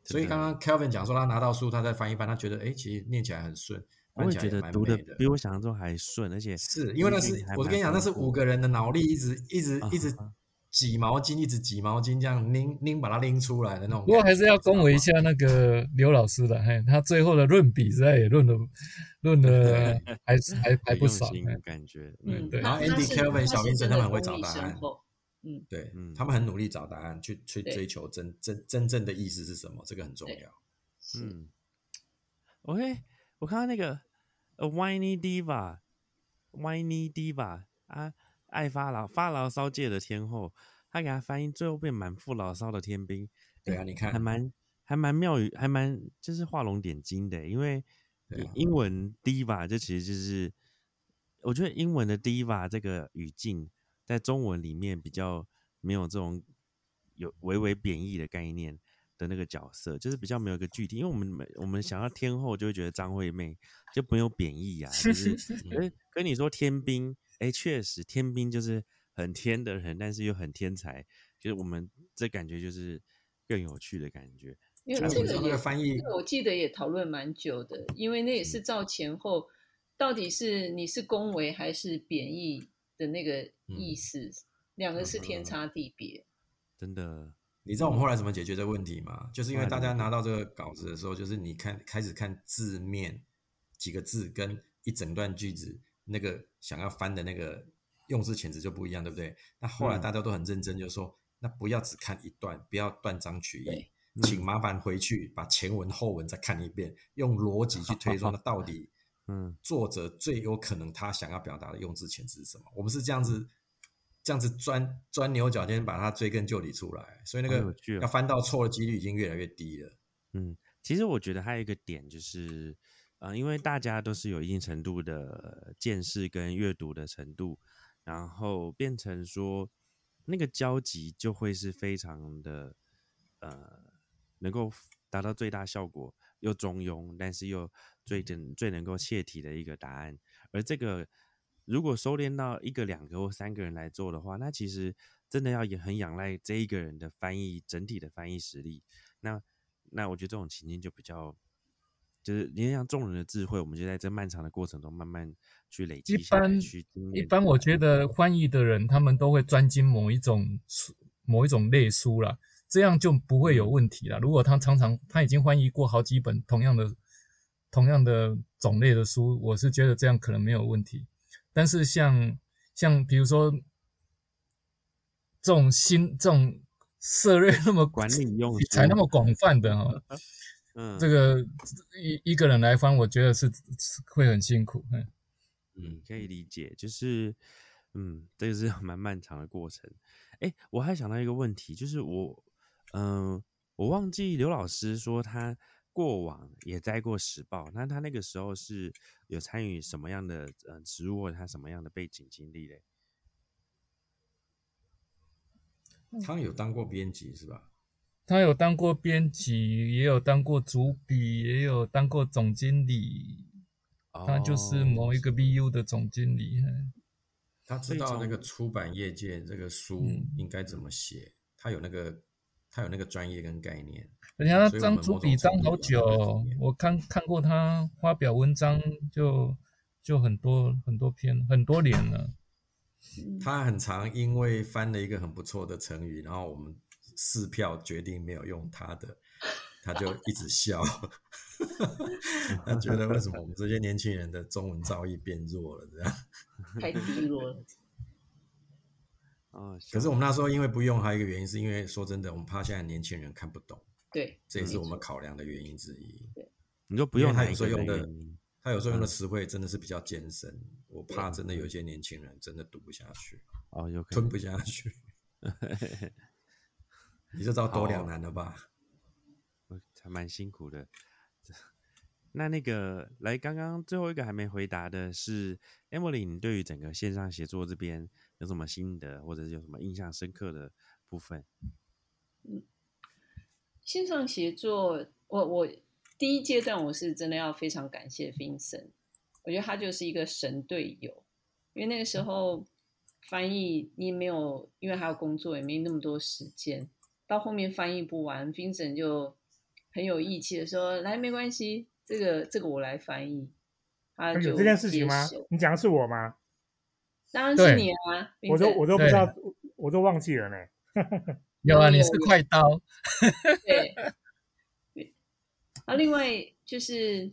所以刚刚 Kelvin 讲说他拿到书，他在翻一翻，他觉得哎，其实念起来很顺， 我也觉得读的比我想象中还顺，而且是因为那是我跟你讲，那是五个人的脑力一直一直一直挤毛巾，一直挤毛巾，这样拎拎把它拎出来的那种。 不过还是要恭维一下那个刘老师的，嘿，他最后的论笔实在也论的论的还还还不少， 感觉嗯对。 然后 Andy Kelvin 小冰神他们很会找答案。 嗯， 对，嗯，他们很努力找答案，去去追求真真真正的意思是什么，这个很重要。 嗯 ，OK， 我看到那个 A Whiny Diva，Whiny Diva 啊，爱发牢发牢骚界的天后，他给他翻译最后变满腹牢骚的天兵。 对啊，你看， 还蛮还蛮妙语，还蛮就是画龙点睛的，因为英文 Diva 这其实就是我觉得英文的 Diva 这个语境。在中文里面比较没有这种有微微贬义的概念的那个角色，就是比较没有一个具体，因为我们我们想要天后就会觉得张惠妹就没有贬义啊，就是跟你说天兵，哎，确实天兵就是很天的人，但是又很天才，就是我们这感觉就是更有趣的感觉。 因为这个也翻译，这个我记得也讨论蛮久的，因为那也是照前后，到底是你是恭维还是贬义的那个意思，嗯、两个是天差地别， 真的。 你知道我们后来怎么解决这个问题吗？就是因为大家拿到这个稿子的时候，就是你看开始看字面几个字跟一整段句子，那个想要翻的那个用字遣词就不一样，对不对？那后来大家都很认真，就说、嗯、那不要只看一段，不要断章取义，请麻烦回去把前文后文再看一遍，用逻辑去推说那到底。嗯，作者最有可能他想要表达的用字遣词是什么？我们是这样子，这样子钻钻牛角尖，把它追根究底出来，所以那个要翻到错的几率已经越来越低了。 嗯，其实我觉得还有一个点就是，呃，因为大家都是有一定程度的见识跟阅读的程度，然后变成说那个交集就会是非常的呃，能够达到最大效果。又中庸，但是又最最能够切题的一个答案。而这个如果收敛到一个、两个或三个人来做的话，那其实真的要也很仰赖这一个人的翻译整体的翻译实力。那那我觉得这种情境就比较，就是你像众人的智慧，我们就在这漫长的过程中慢慢去累积下来。去一般我觉得翻译的人，他们都会专精某一种某一种类书啦。这样就不会有问题了。如果他常常他已经翻译过好几本同样的同样的种类的书，我是觉得这样可能没有问题。但是像像比如说这种新这种涉猎那么管理用题材那么广泛的哈、哦，嗯，这个一一个人来翻，我觉得是会很辛苦。嗯嗯，可以理解，就是嗯，这个是蛮漫长的过程。哎，我还想到一个问题，就是我。嗯、呃，我忘记刘老师说他过往也在过时报，那他那个时候是有参与什么样的呃职务，或者他什么样的背景经历嘞？ 他有当过编辑是吧？ 他有当过编辑，也有当过主笔，也有当过总经理。哦、他就是某一个 B U 的总经理。 他知道那个出版业界这个书应该怎么写，嗯、他有那个。他有那个专业跟概念， 人家当主笔当好久，我看看过他发表文章就就很多很多篇很多年了。 他很常因为翻了一个很不错的成语，然后我们四票决定没有用他的，他就一直笑。他觉得为什么我们这些年轻人的中文造诣变弱了，这样太低落了。 哦， 可是我们那时候因为不用，还有一个原因是因为说真的，我们怕现在年轻人看不懂， 对， 这也是我们考量的原因之一。 对， 你说不用， 他有时候用的，他有时候用的词汇真的是比较艰深，我怕真的有些年轻人真的读不下去， 哦，有可能吞不下去，你就知道多两难了吧？ 还蛮辛苦的。那那个来，刚刚最后一个还没回答的是 Emily， 你对于整个线上写作这边有什么心得，或者是有什么印象深刻的部分？ 嗯，线上写作，我我第一阶段我是真的要非常感谢 Vincent， 我觉得他就是一个神队友，因为那个时候翻译你没有，因为还有工作，也没那么多时间，到后面翻译不完 ，Vincent 就很有义气的说，来没关系，这个这个我来翻译。他就有这件事情吗接受？ 你讲的是我吗？ 当然是你啊， 我都我都不知道，我都忘记了呢。 有啊，你是快刀。 对。啊，另外就是，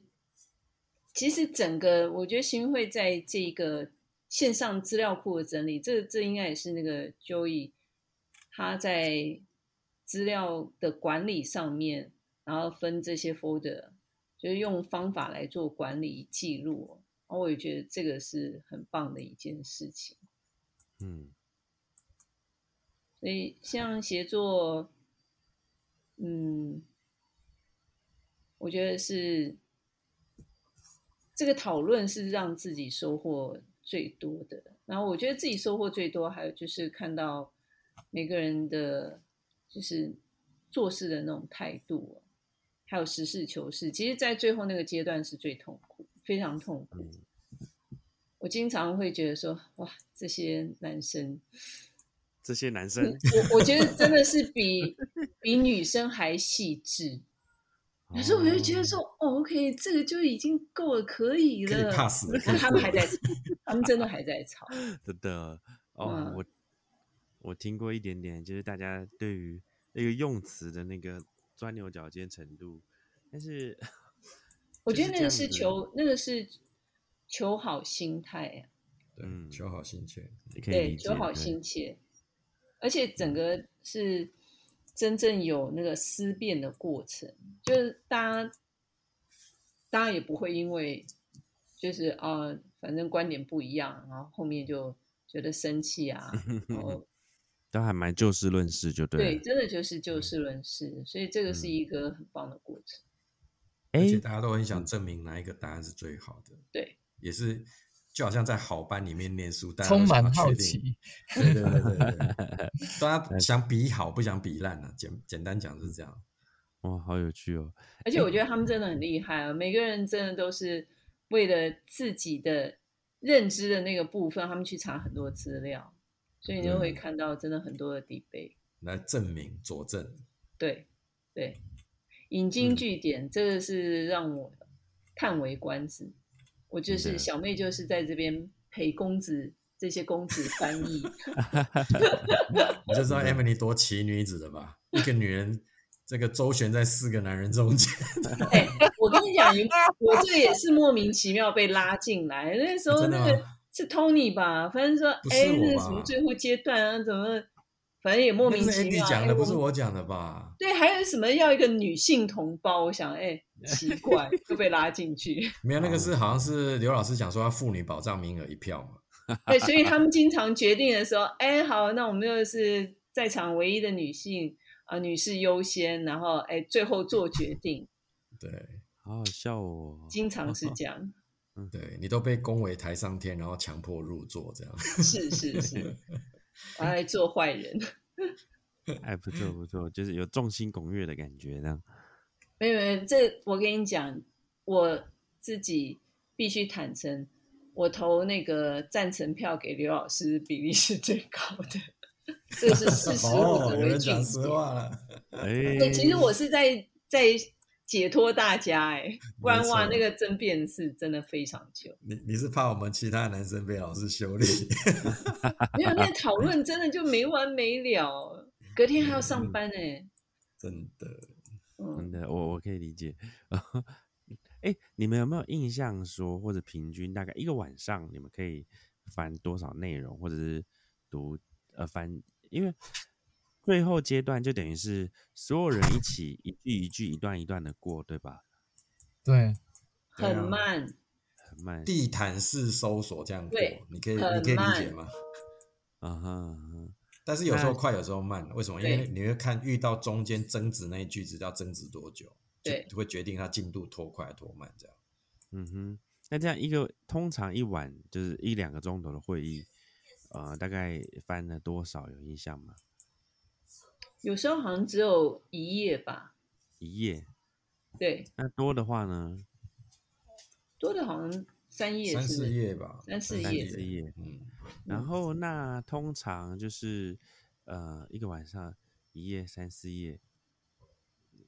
其实整个我觉得新会在这个线上资料库的整理，这这应该也是那个 Joey 他在资料的管理上面，然后分这些 folder， 就是用方法来做管理记录。然后我也觉得这个是很棒的一件事情。 嗯， 所以像协作，嗯。我觉得是这个讨论是让自己收获最多的。然后我觉得自己收获最多，还有就是看到每个人的就是做事的那种态度，还有实事求是。其实在最后那个阶段是最痛苦，非常痛苦。我经常会觉得说，哇，这些男生这些男生我我觉得真的是比比女生还细致。有时候我就觉得说，哦 ，OK， 这个就已经够了，可以了。 可以 pass 了。 但他们还在吵，他们真的还在吵。 真的哦， 嗯、 我我听过一点点，就是大家对于那个用词的那个钻牛角尖程度，但是我觉得那个是求，那个是求好心态啊。 对，求好心切。 对，求好心切，而且整个是。真正有那个思辨的过程，就是大家，大家也不会因为就是啊、呃，反正观点不一样，然后后面就觉得生气啊，然后都还蛮就事论事，就对了。 对，真的就是就事论事，所以这个是一个很棒的过程。 而且大家都很想证明哪一个答案是最好的， 对， 也是。就好像在好班里面念书，大家充满好奇， 对对对对对，大家想比好，不想比烂啊。简简单讲是这样。 哇，好有趣哦！ 而且我觉得他们真的很厉害啊，每个人真的都是为了自己的认知的那个部分，他们去查很多资料，所以你就会看到真的很多的 debate 来证明佐证。 对对，引经据典，嗯、这个是让我叹为观止。我就是小妹，就是在这边陪公子这些公子翻译。 你就知道 Emily 多奇女子了吧？一个女人，这个周旋在四个男人中间。 哎、欸，我跟你讲，我这个也是莫名其妙被拉进来。那时候那个是 Tony 吧，反正说，哎，那个什么最后阶段啊，怎么，反正也莫名其妙。 那是 Andy 讲的，不是我讲的吧？ 对，还有什么要一个女性同胞？我想，哎、欸。奇怪，就被拉进去。 没有，那个是好像是刘老师讲说要妇女保障名额一票嘛。 对，所以他们经常决定的时候，哎，好，那我们就是在场唯一的女性啊、呃，女士优先，然后哎，最后做决定。 对， 好好笑哦。 经常是这样。 对，你都被恭维抬上天，然后强迫入座，这样。 是是是，我来做坏人。 哎，不错不错，就是有众星拱月的感觉，这样。 没有没有，这我跟你讲，我自己必须坦诚，我投那个赞成票给刘老师比例是最高的，这是事实不可为俊杰。 哎， 其实我是在在解脱大家哎、欸，不然哇，那个争辩是真的非常久。 你你是怕我们其他男生被老师修理？ 没有，那讨论真的就没完没了，隔天还要上班哎、欸， 真的。 真的，我我可以理解。哎，你们有没有印象说，或者平均大概一个晚上，你们可以翻多少内容，或者是读呃翻？因为最后阶段就等于是所有人一起一句一句、一段一段的过，对吧？ 对， 很慢， 很慢， 地毯式搜索这样过，你可以你可以理解吗？ 啊哈。 但是有时候快，有时候慢，为什么？因为你会看遇到中间争执那一句子要争执多久， 对， 就会决定它进度拖快拖慢这样。 嗯哼，那这样一个通常一晚就是一两个钟头的会议，呃，大概翻了多少？有印象吗？ 有时候好像只有一页吧。 一页。 对。 那多的话呢？ 多的好像三页， 三四页吧， 三四页， 三四页，嗯。然后那通常就是呃一个晚上一页三四页，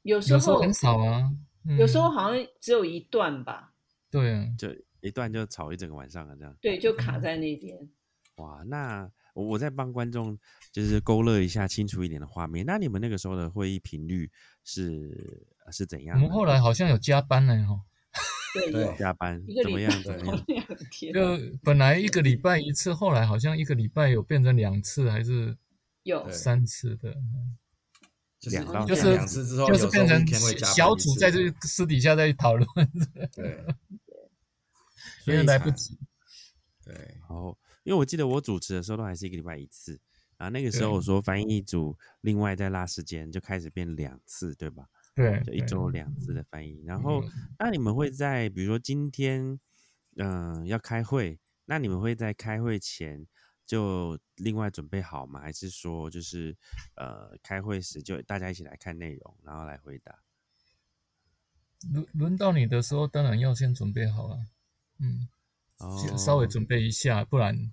有时候有时候很少啊，嗯、 有时候好像只有一段吧。 对啊， 就一段就吵一整个晚上了这样。 对，就卡在那边。 哇，那我我再帮观众就是勾勒一下清楚一点的画面。那你们那个时候的会议频率是是怎样的？ 我们后来好像有加班呢，哈。 对， 对有加班一个礼拜怎么样？怎么样？ 两天就本来一个礼拜一次，后来好像一个礼拜有变成两次还是有对三次的， 就是两到就是两次之后， 就是变成有时候一天会加班小一次组在这个私底下在讨论， 对因为来不及。 对， 哦，因为我记得我主持的时候都还是一个礼拜一次，然后那个时候对我说翻译组另外再拉时间，就开始变两次，对吧？ 对， 就一周两次的翻译。然后嗯那你们会在比如说今天嗯、呃要开会，那你们会在开会前就另外准备好吗？还是说就是呃开会时就大家一起来看内容，然后来回答？ 轮轮到你的时候，当然要先准备好了，嗯， 哦， 稍微准备一下，不然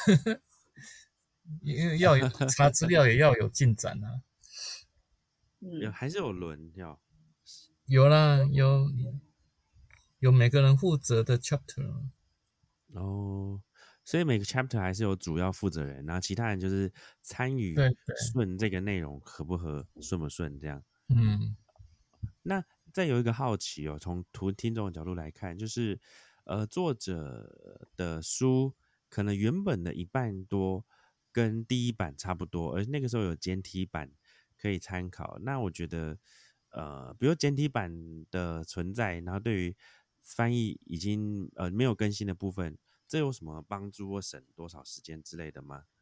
因为要有查资料也要有进展啊。 嗯， 有还是有轮要有啦，有有每个人负责的 chapter。 哦，所以每个 chapter 还是有主要负责人，然后其他人就是参与对对顺这个内容合不合、顺不顺这样。 嗯， 那再有一个好奇哦，从图听众的角度来看，就是呃作者的书可能原本的一半多跟第一版差不多，而那个时候有简体版可以参考。那我觉得呃，比如简体版的存在，然后对于翻译已经呃没有更新的部分，这有什么帮助或省多少时间之类的吗？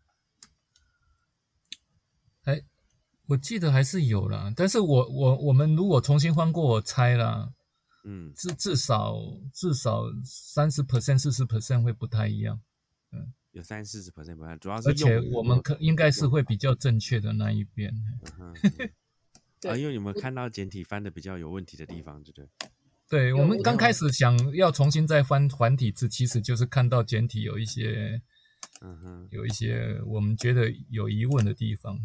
哎，我记得还是有啦，但是我我我们如果重新翻过，我猜啦， 嗯， 至至少至少三十 percent 四十 percent 会不太一样，嗯， 有三四十 percent 不太，主要是而且用语我们或可应该是会比较正确的那一边。 嗯哼嗯对啊，因为你们看到简体翻的比较有问题的地方，对不对？ 对，我们有刚开始想要重新再翻繁体字，其实就是看到简体有一些嗯哼有一些我们觉得有疑问的地方。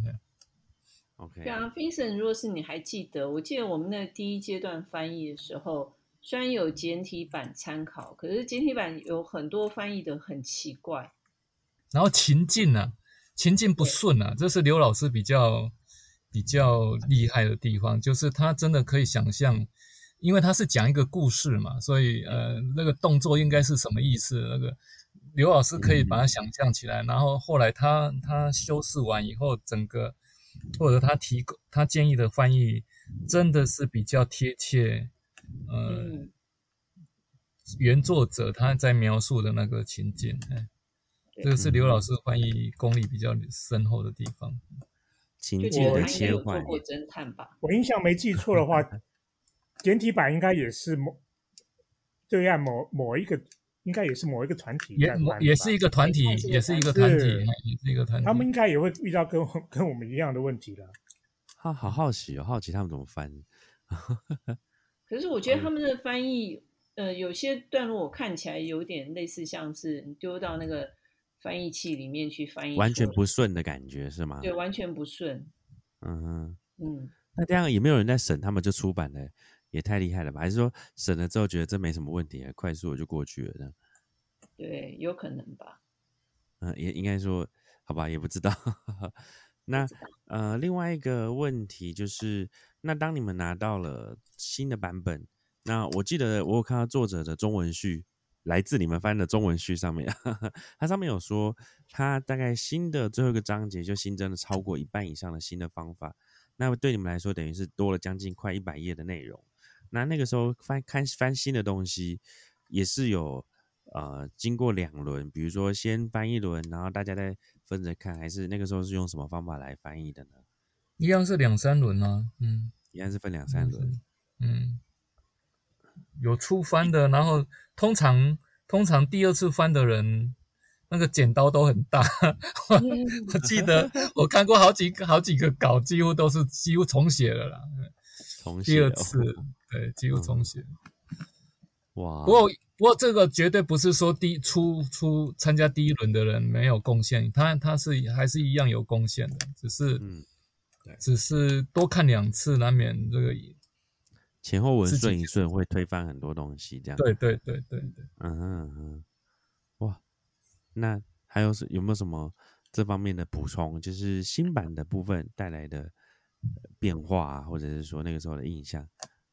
，OK， 对啊，Vincent，如果是你还记得，我记得我们那第一阶段翻译的时候，虽然有简体版参考，可是简体版有很多翻译的很奇怪。 然后情境啊，情境不顺啊，这是刘老师比较比较厉害的地方，就是他真的可以想象，因为他是讲一个故事嘛，所以呃那个动作应该是什么意思，那个刘老师可以把它想象起来，然后后来他他修饰完以后，整个或者他提供他建议的翻译真的是比较贴切，呃， 嗯， 原作者他在描述的那个情境，哎，这个是刘老师翻译功力比较深厚的地方。 情就觉得境的他应该有做切换， 过侦探吧？ 我印象没记错的话，简体版应该也是某对岸某某一个，应该也是某一个团体也在翻吧， 也是一个团体，也是一个团体， 是也是一个团体。 他们应该也会遇到跟我跟我们一样的问题了。 好好好奇哦，好奇他们怎么翻。 可是我觉得他们的翻译，呃，有些段落我看起来有点类似，像是你丢到那个翻译器里面去翻译， 完全不顺的感觉是吗？ 对，完全不顺。 嗯哼， 嗯， 那这样也没有人在审，他们就出版了，也太厉害了吧？还是说审了之后觉得这没什么问题，快速的就过去了呢？ 对，有可能吧。 嗯，也应该说，好吧，也不知道。那呃，另外一个问题就是，那当你们拿到了新的版本，那我记得我有看到作者的中文序，来自你们翻的中文序上面，它上面有说，它大概新的最后一个章节就新增了超过一半以上的新的方法，那对你们来说，等于是多了将近快一百页的内容。那那个时候翻看翻新的东西，也是有呃经过两轮，比如说先翻一轮，然后大家再分着看，还是那个时候是用什么方法来翻译的呢？ 一样是两三轮啊，嗯， 一样是分两三轮， 嗯，有初翻的，然后通常通常第二次翻的人，那个剪刀都很大。我, 我记得我看过好几个好几个稿，几乎都是几乎重写了啦。 重写第二次， 哦、 对，几乎重写。 哇！ 不过不过这个绝对不是说第初初参加第一轮的人没有贡献，他他是还是一样有贡献的，只是、 嗯、 只是多看两次，难免这个前后文顺一顺会推翻很多东西，这样。 对对对对对。 嗯哼嗯哼，哇，那还有有没有什么这方面的补充？就是新版的部分带来的变化啊，或者是说那个时候的印象？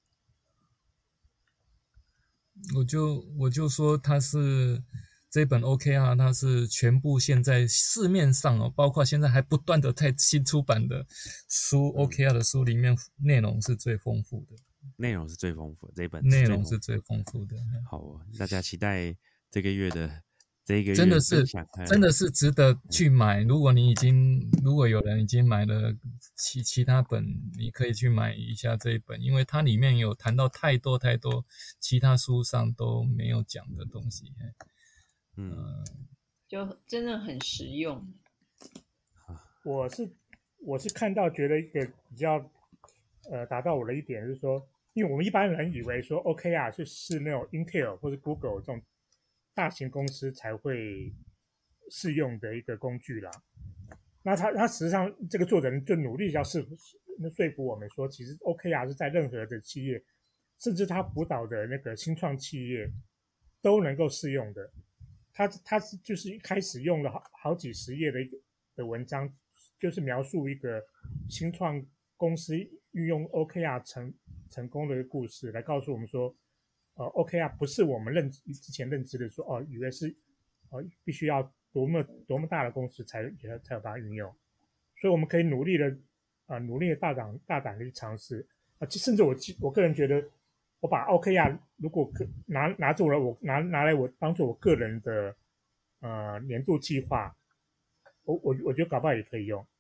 我就我就说它是这本 O K R， 它是全部现在市面上哦，包括现在还不断的在新出版的书、嗯、O K R 的书里面，内容是最丰富的。 内容是最丰富的，这一本内容是最丰富的。 好哦，大家期待这个月的这一个月真的是真的是值得去买。如果你已经如果有人已经买了其其他本，你可以去买一下这一本，因为它里面有谈到太多太多其他书上都没有讲的东西。 嗯， 呃、就真的很实用。 我是我是看到觉得一个比较呃达到我的一点是说，因为我们一般人以为说 O K R 是是那种 Intel 或者 Google 这种大型公司才会适用的一个工具啦。那他他实际上这个作者就努力要说说服我们说，其实 O K R 是在任何的企业，甚至他辅导的那个新创企业都能够适用的。他他就是一开始用了好好几十页的一个的文章，就是描述一个新创公司运用 O K R 成成功的一个故事，来告诉我们说，呃 ，O K R 不是我们认之前认知的说哦，以为是哦必须要多么多么大的公司才才有办法运用，所以我们可以努力的啊、呃、努力的大胆大胆的去尝试啊、呃，甚至我我个人觉得，我把 O K R 如果拿拿做了我拿拿来我当做我个人的呃年度计划，我我我觉得搞不好也可以用。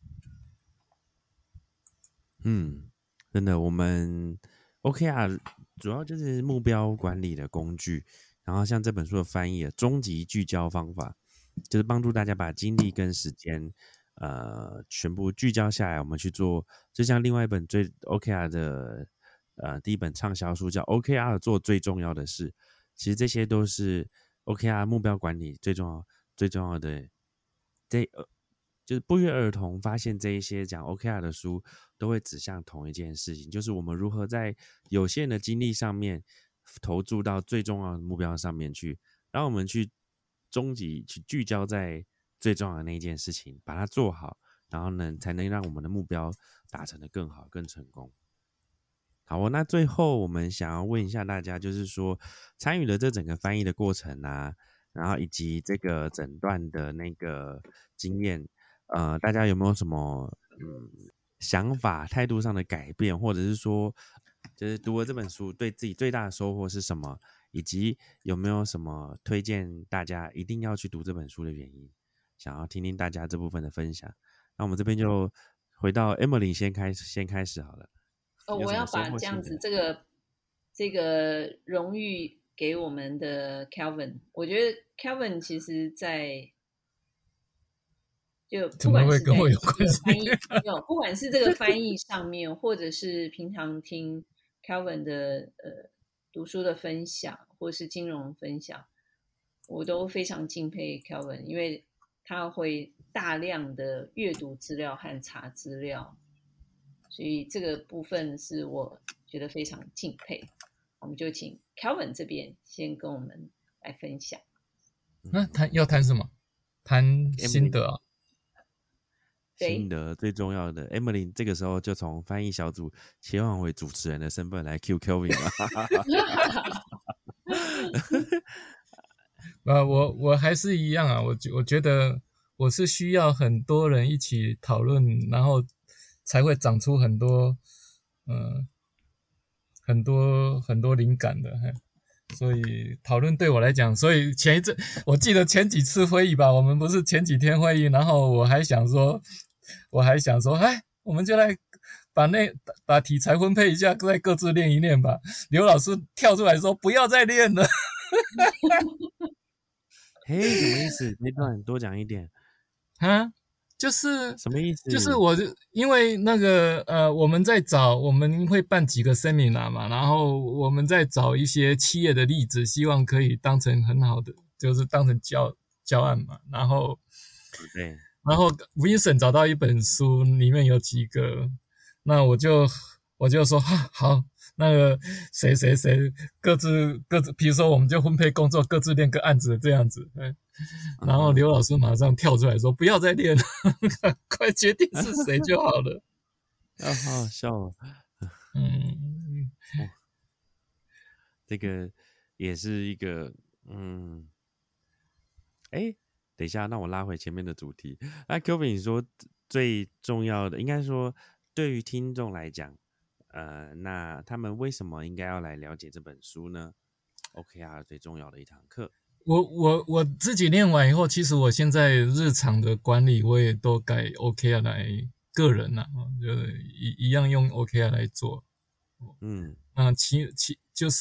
嗯，真的，我们 O K R 主要就是目标管理的工具，然后像这本书的翻译，终极聚焦方法，就是帮助大家把精力跟时间，呃，全部聚焦下来，我们去做。就像另外一本最 O K R 的，呃，第一本畅销书叫 O K R 做最重要的事，其实这些都是 O K R 目标管理最重要最重要的。这呃。就是不约而同发现这一些讲 O K R 的书都会指向同一件事情，就是我们如何在有限的精力上面投注到最重要的目标上面去，让我们去终极去聚焦在最重要的那一件事情，把它做好，然后呢才能让我们的目标达成的更好更成功。好哦，那最后我们想要问一下大家，就是说参与了这整个翻译的过程啊，然后以及这个诊断的那个经验，呃，大家有没有什么嗯想法、态度上的改变，或者是说，就是读了这本书对自己最大的收获是什么，以及有没有什么推荐大家一定要去读这本书的原因？想要听听大家这部分的分享。那我们这边就回到 Emily 先开始，先开始好了。 哦，我要把这样子这个这个荣誉给我们的 Calvin。我觉得 Calvin 其实在就不管是在这个翻译，有不管是这个翻译上面，或者是平常听 Calvin 的呃读书的分享，或是金融分享，我都非常敬佩 Calvin， 因为他会大量的阅读资料和查资料，所以这个部分是我觉得非常敬佩。我们就请 Calvin 这边先跟我们来分享。 那谈要谈什么？谈心得啊。 心得最重要的 Emily 这个时候就从翻译小组切换为主持人的身份来 Q Kelvin 了。 呃，我我还是一样啊，我我觉得我是需要很多人一起讨论，然后才会长出很多呃很多很多灵感的。所以讨论对我来讲，所以前一阵我记得前几次会议吧，我们不是前几天会议，然后我还想说，我还想说，哎，我们就来把那把题材分配一下，再各自练一练吧。刘老师跳出来说，不要再练了。 嘿，什么意思？那段多讲一点啊。就是什么意思？ 就是我因为那个呃，我们在找，我们会办几个 seminar 嘛，然后我们在找一些企业的例子，希望可以当成很好的，就是当成教教案嘛。然后对， 然后 Vincent 找到一本书，里面有几个，那我就我就说哈好， 那个谁谁谁各自各自，比如说我们就分配工作，各自练个案子这样子，嗯，然后刘老师马上跳出来说：“不要再练了，快决定是谁就好了。” 啊，好好笑哦。 嗯， 哦，这个也是一个，嗯，哎，等一下，让我拉回前面的主题。那 Kelvin 你说最重要的，应该说对于听众来讲，呃，那他们为什么应该要来了解这本书呢 ？O K R 最重要的一堂课。 我我我自己练完以后，其实我现在日常的管理我也都改 O K R 来个人啦、啊，就一一样用 O K R 来做。 嗯， 那其其就是，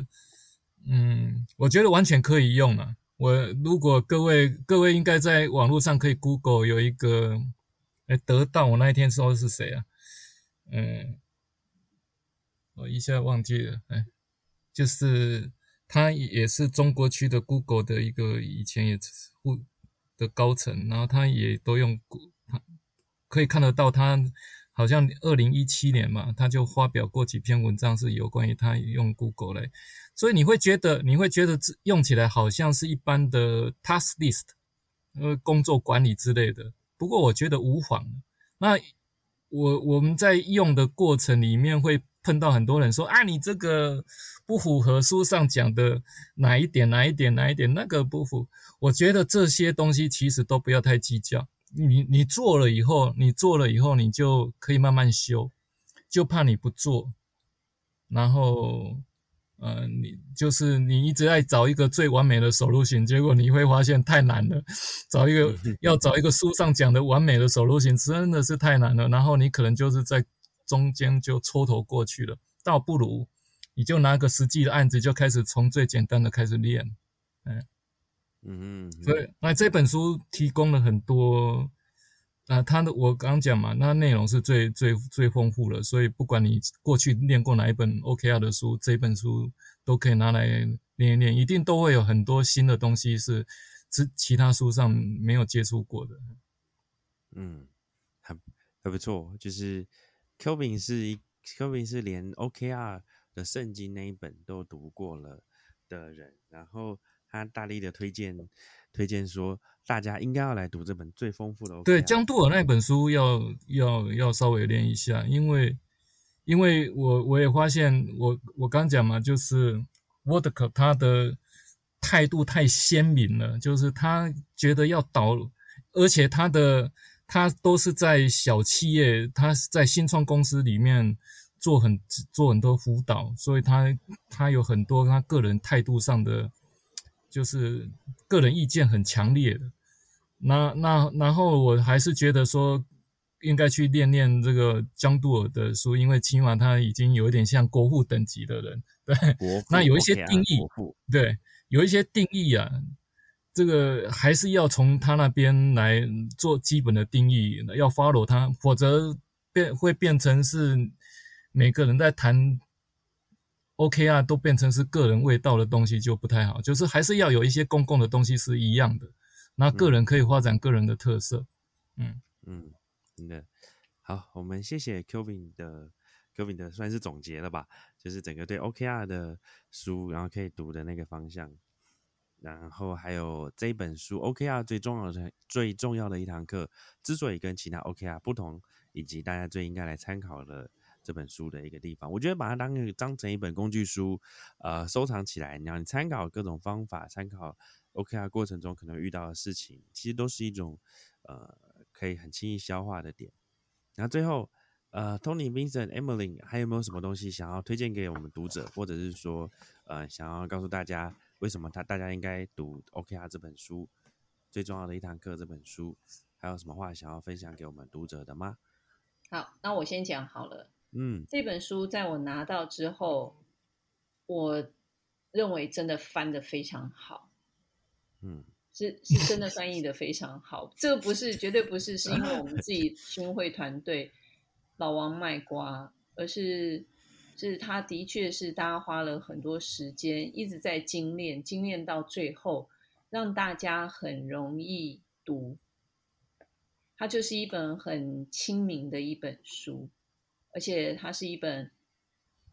嗯，我觉得完全可以用啊。我如果各位各位应该在网络上可以 Google 有一个，哎，得到我那一天说的是谁啊？嗯，我一下忘记了，哎，就是他也是中国区的 Google 的一个以前也的高层，然后他也都用，可以看得到他好像二零一七年嘛，他就发表过几篇文章是有关于他用 Google 来，所以你会觉得你会觉得用起来好像是一般的 task list， 呃，工作管理之类的。不过我觉得无妨。那我我们在用的过程里面会碰到很多人说啊，你这个不符合书上讲的哪一点哪一点哪一点，那个不符。我觉得这些东西其实都不要太计较。你你做了以后，你做了以后，你就可以慢慢修，就怕你不做，然后呃，你就是你一直在找一个最完美的 solution， 结果你会发现太难了，找一个要找一个书上讲的完美的 solution 真的是太难了，然后你可能就是在中间就蹉跎过去了，倒不如你就拿个实际的案子，就开始从最简单的开始练，嗯。 嗯嗯， 所以那这本书提供了很多，啊、呃，它的我刚讲嘛，那内容是最最最丰富的，所以不管你过去练过哪一本 O K R 的书，这本书都可以拿来练一练，一定都会有很多新的东西是其其他书上没有接触过的。 嗯，还还不错，就是 Kelvin 是一 Kelvin 是连 O K R 的圣经那一本都读过了的人，然后他大力的推荐推荐说，大家应该要来读这本最丰富的 O K R。 对，江杜尔那本书要要要稍微练一下，因为因为我我也发现，我我刚讲嘛，就是 Wodka 他的态度太鲜明了，就是他觉得要导，而且他的他都是在小企业，他是在新创公司里面做很做很多辅导，所以他他有很多他个人态度上的，就是个人意见很强烈的。那那然后我还是觉得说，应该去练练这个江杜尔的书，因为起码他已经有一点像国父等级的人，对。那有一些定义，对，有一些定义啊，这个还是要从他那边来做基本的定义，要 follow 他，否则变会变成是每个人在谈 O K R 都变成是个人味道的东西，就不太好。就是还是要有一些公共的东西是一样的，那个人可以发展个人的特色。嗯嗯，真的好，我们谢谢 Kelvin 的 Kelvin 的算是总结了吧，就是整个对 O K R 的书，然后可以读的那个方向，然后还有这一本书 O K R 最重要的最重要的一堂课，之所以跟其他 O K R 不同，以及大家最应该来参考的这本书的一个地方，我觉得把它当当成一本工具书，呃，收藏起来，然后你参考各种方法，参考 O K R 过程中可能遇到的事情，其实都是一种呃可以很轻易消化的点。然后最后，呃 ，Tony、Vincent、Emily 还有没有什么东西想要推荐给我们读者，或者是说，呃，想要告诉大家为什么他大家应该读 O K R 这本书最重要的一堂课这本书，还有什么话想要分享给我们读者的吗？ 好，那我先讲好了。 嗯， 这本书在我拿到之后，我认为真的翻得非常好。嗯。是是真的翻译的非常好，这个不是绝对不是是因为我们自己新会团队老王卖瓜，而是是他的确是大家花了很多时间一直在精炼，精炼到最后让大家很容易读。它就是一本很亲民的一本书，而且它是一本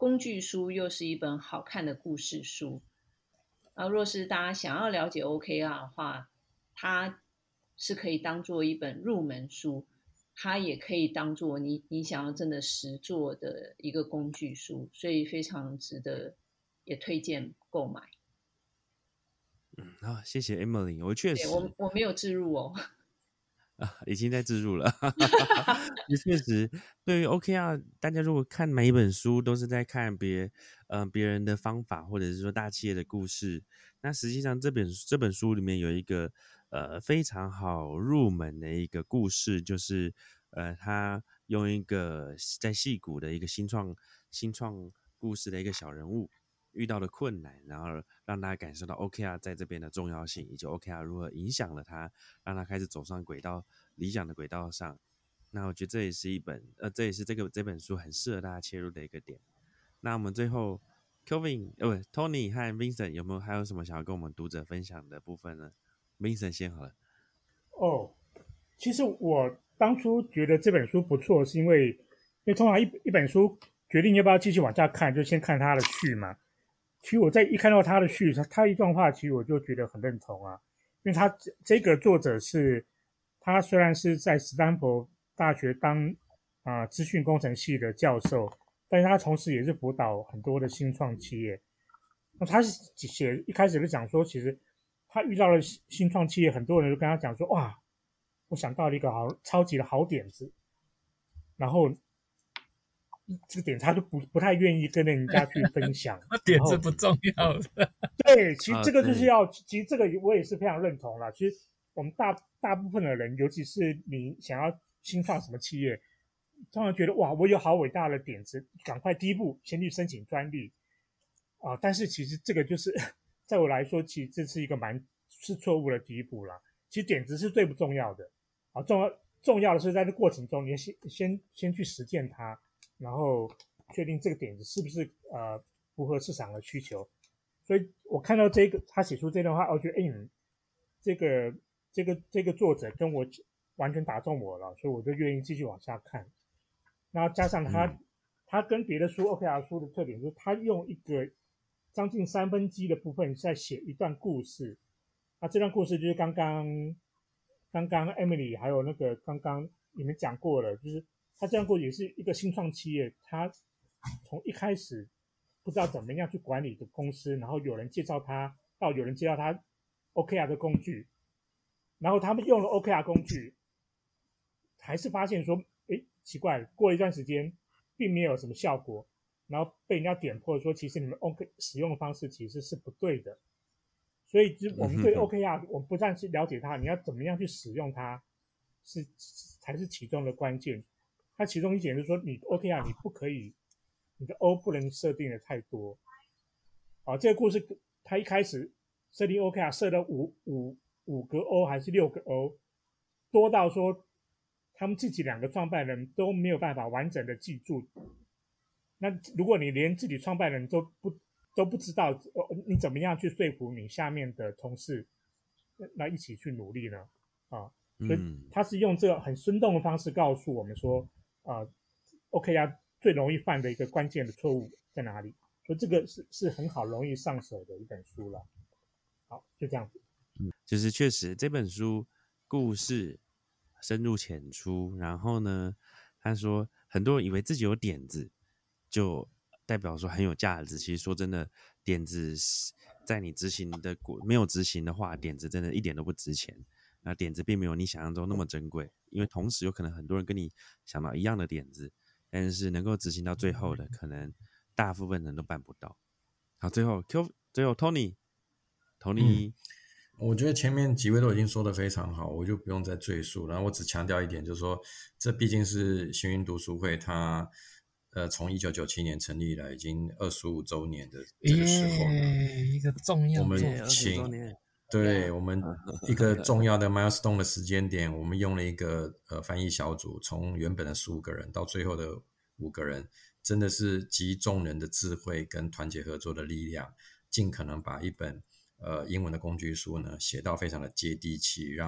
工具书又是一本好看的故事书。啊，若是大家想要了解 O K R 的话，它是可以当做一本入门书，它也可以当做你你想要真的实做的一个工具书，所以非常值得，也推荐购买。 嗯，好，谢谢 Emily， 我确实， 我我没有置入哦， 啊，已经在置入了。也确实，对于 O K R， 大家如果看每一本书都是在看别呃别人的方法，或者是说大企业的故事，那实际上这本这本书里面有一个呃非常好入门的一个故事，就是呃他用一个在矽谷的一个新创新创故事的一个小人物遇到的困难，然后让大家感受到 O K R 在这边的重要性，以及 O K R 如何影响了他，让他开始走上轨道理想的轨道上。那我觉得这也是一本呃，这也是这个这本书很适合大家切入的一个点。那我们最后 Kelvin 呃不 Tony 和 Vincent 有没有还有什么想要跟我们读者分享的部分呢？ Vincent 先好了。 哦，其实我当初觉得这本书不错，是因为因为通常一一本书决定要不要继续往下看，就先看它的序嘛。其实我在一看到他的序，他他一段话，其实我就觉得很认同啊，因为他这个作者是，他虽然是在斯坦福大学当啊、呃、资讯工程系的教授，但是他同时也是辅导很多的新创企业。那他是写一开始就讲说，其实他遇到了新创企业，很多人就跟他讲说，哇，我想到了一个好超级的好点子，然后这个点他就不不太愿意跟人家去分享， 点子不重要的。 对，其实这个就是要，啊、其实这个我也是非常认同啦。其实我们大大部分的人，尤其是你想要新创什么企业，通常觉得哇，我有好伟大的点子，赶快第一步先去申请专利啊。但是其实这个就是在我来说，其实这是一个蛮是错误的第一步啦。其实点子是最不重要的啊，重要重要的是在这过程中，你先先先去实践它。然后确定这个点子是不是呃符合市场的需求，所以我看到这个他写出这段话，我觉得哎、嗯，这个这个这个作者跟我完全打中我了，所以我就愿意继续往下看。然后加上他、嗯、他跟别的书 O K R 书的特点就是他用一个将近三分之一的部分在写一段故事，那这段故事就是刚刚刚刚 Emily 还有那个刚刚你们讲过了，就是他这样过也是一个新创企业，他从一开始不知道怎么样去管理的公司，然后有人介绍他，到有人介绍他 O K R 的工具，然后他们用了 O K R 工具，还是发现说，诶，奇怪，过了一段时间并没有什么效果，然后被人家点破说，其实你们 OK 使用的方式其实是不对的。所以我们对 O K R， 我们不但是了解它，你要怎么样去使用它，是才是其中的关键。它其中一点就是说，你 O K R 你不可以，你的 O 不能设定的太多。啊，这个故事它一开始设定 O K R 设了五五五个 O 还是六个 O， 多到说他们自己两个创办人都没有办法完整的记住。那如果你连自己创办人都不都不知道，你怎么样去说服你下面的同事，那一起去努力呢？啊，所以他是用这个很生动的方式告诉我们说，啊 ，O K R 最容易犯的一个关键的错误在哪里？所以这个是是很好容易上手的一本书了。好，就这样子。 嗯，就是确实这本书故事深入浅出，然后呢，他说很多人以为自己有点子，就代表说很有价值。其实说真的，点子在你执行的没有执行的话，点子真的一点都不值钱。那点子并没有你想象中那么珍贵，因为同时有可能很多人跟你想到一样的点子，但是能够执行到最后的，可能大部分人都办不到。好，最后 Q， 最后 Tony，Tony，、嗯、 我觉得前面几位都已经说得非常好，我就不用再赘述了。然后我只强调一点，就是说，这毕竟是行云读书会，它呃从一九九七年成立以来，已经二十五周年的这个时候呢， 一个重要我们请。对，我们一个重要的 milestone 的时间点，我们用了一个呃翻译小组，从原本的十五个人到最后的五个人，真的是集众人的智慧跟团结合作的力量，尽可能把一本呃英文的工具书呢写到非常的接地气，让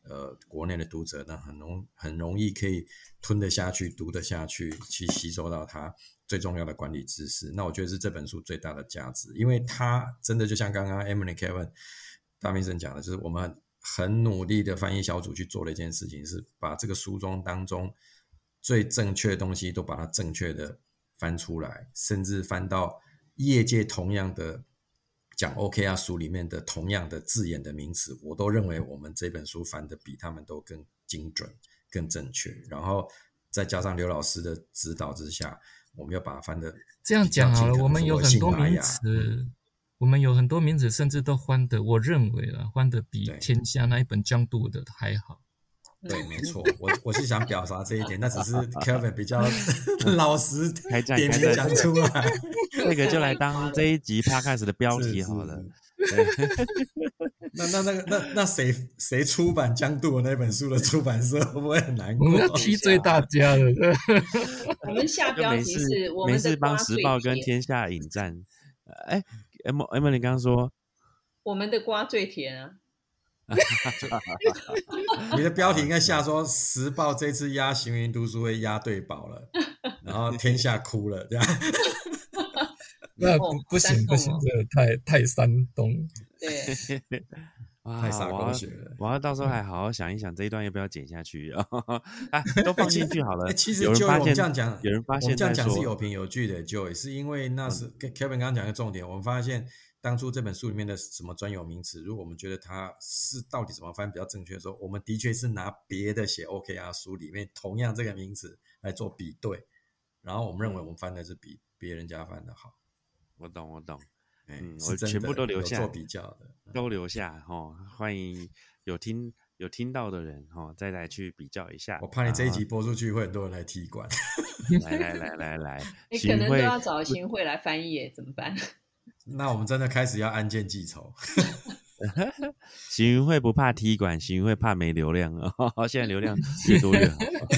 呃国内的读者呢很容很容易可以吞得下去、读得下去，去吸收到它最重要的管理知识。那我觉得是这本书最大的价值，因为它真的就像刚刚 Emily、Kevin、大明神讲的，就是我们很努力的翻译小组去做的一件事情，是把这个书中当中最正确的东西都把它正确的翻出来，甚至翻到业界同样的讲 O K R 书里面的同样的字眼的名词，我都认为我们这本书翻的比他们都更精准、更正确。然后再加上刘老师的指导之下，我们要把它翻的这样讲好了，我们有很多名词， 嗯、我们有很多名词，甚至都翻的，我认为啊，翻的比天下那一本江度的还好。 对，没错，我我是想表达这一点，那只是 Kevin 比较老实点名讲出来， 这个就来当这一集 Podcast 的标题好了。 那那那那那谁谁出版江度的那本书的出版社会不会很难过？ 我们要踢罪大家了。 我们下标题是我们的没事帮时报跟天下引战。哎 ，Emily 刚刚说我们的瓜最甜啊。 你的标题应该下说时报这次压行云读书会压对宝了，然后天下哭了这样。 那不不行不行，这个太太煽动。 对， 太洒狗血了。 我要到时候还好好想一想这一段要不要剪下去啊？都放进去好了。 其实就我们这样讲， 有人发现我们这样讲是有凭有据的，就也是因为那是 Kevin 刚刚讲的重点，我们发现。当初这本书里面的什么专有名词，如果我们觉得它是到底怎么翻比较正确的时候，我们的确是拿别的写 O K R 书里面同样这个名词来做比对，然后我们认为我们翻的是比别人家翻的好。 我懂我懂， 嗯， 我全部都留下， 做比较的都留下哦。欢迎有听有听到的人哦，再来去比较一下。 我怕你这一集播出去会很多人来踢馆。 来来来来来， 你可能都要找新会来翻译耶，怎么办？ 那我们真的开始要按件记仇。 行云会不怕踢馆，行云会怕没流量哦。现在流量越多越好。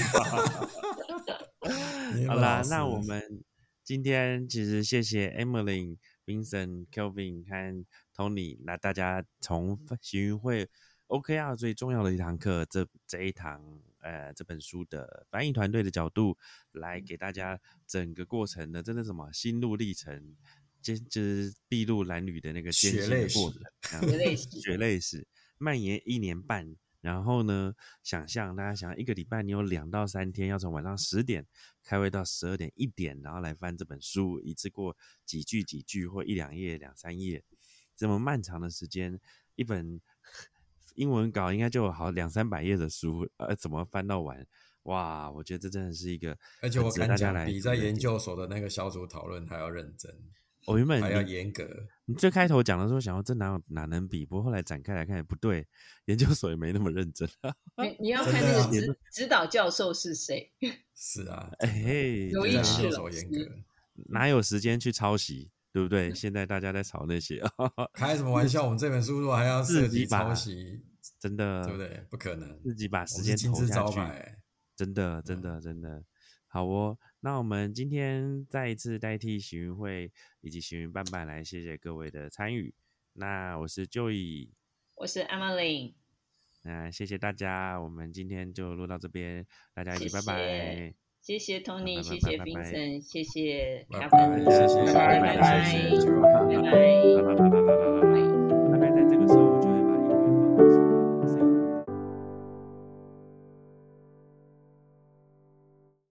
好啦，那我们今天其实谢谢 Emily、Vincent、Kelvin 和 Tony， 那大家从行云会 O K R 最重要的一堂课，这这一堂呃这本书的翻译团队的角度来给大家整个过程的真的什么心路历程。就是筚路蓝缕的那个艰辛的过程， 血泪史， 血泪史蔓延一年半，然后呢，想象大家想一个礼拜你有两到三天要从晚上十点开会到十二点一点，然后来翻这本书，一次过几句几句或一两页两三页，这么漫长的时间，一本英文稿应该就有好两三百页的书，呃，怎么翻到完？哇，我觉得这真的是一个， 而且我敢讲，比在研究所的那个小组讨论还要认真。 我原本还要严格。 你最开头讲的时候，想要这哪有哪能比？不过后来展开来看也不对，研究所也没那么认真。 你你要看那个指指导教授是谁？ 是啊， 哎嘿， 有意识了， 哪有时间去抄袭？对不对？现在大家在吵那些， 开什么玩笑？我们这本书如果还要涉及抄袭， 真的对不对？不可能， 自己把时间投下去，真的，真的，真的。好哦，那我们今天再一次代替行云会以及行云伴伴来谢谢各位的参与。那我是 Joey， 我是 Emily， 那谢谢大家，我们今天就录到这边，大家一起拜拜。 谢谢 Tony， 谢谢 Vincent， 谢谢 Kevin， 拜拜，拜拜，拜拜。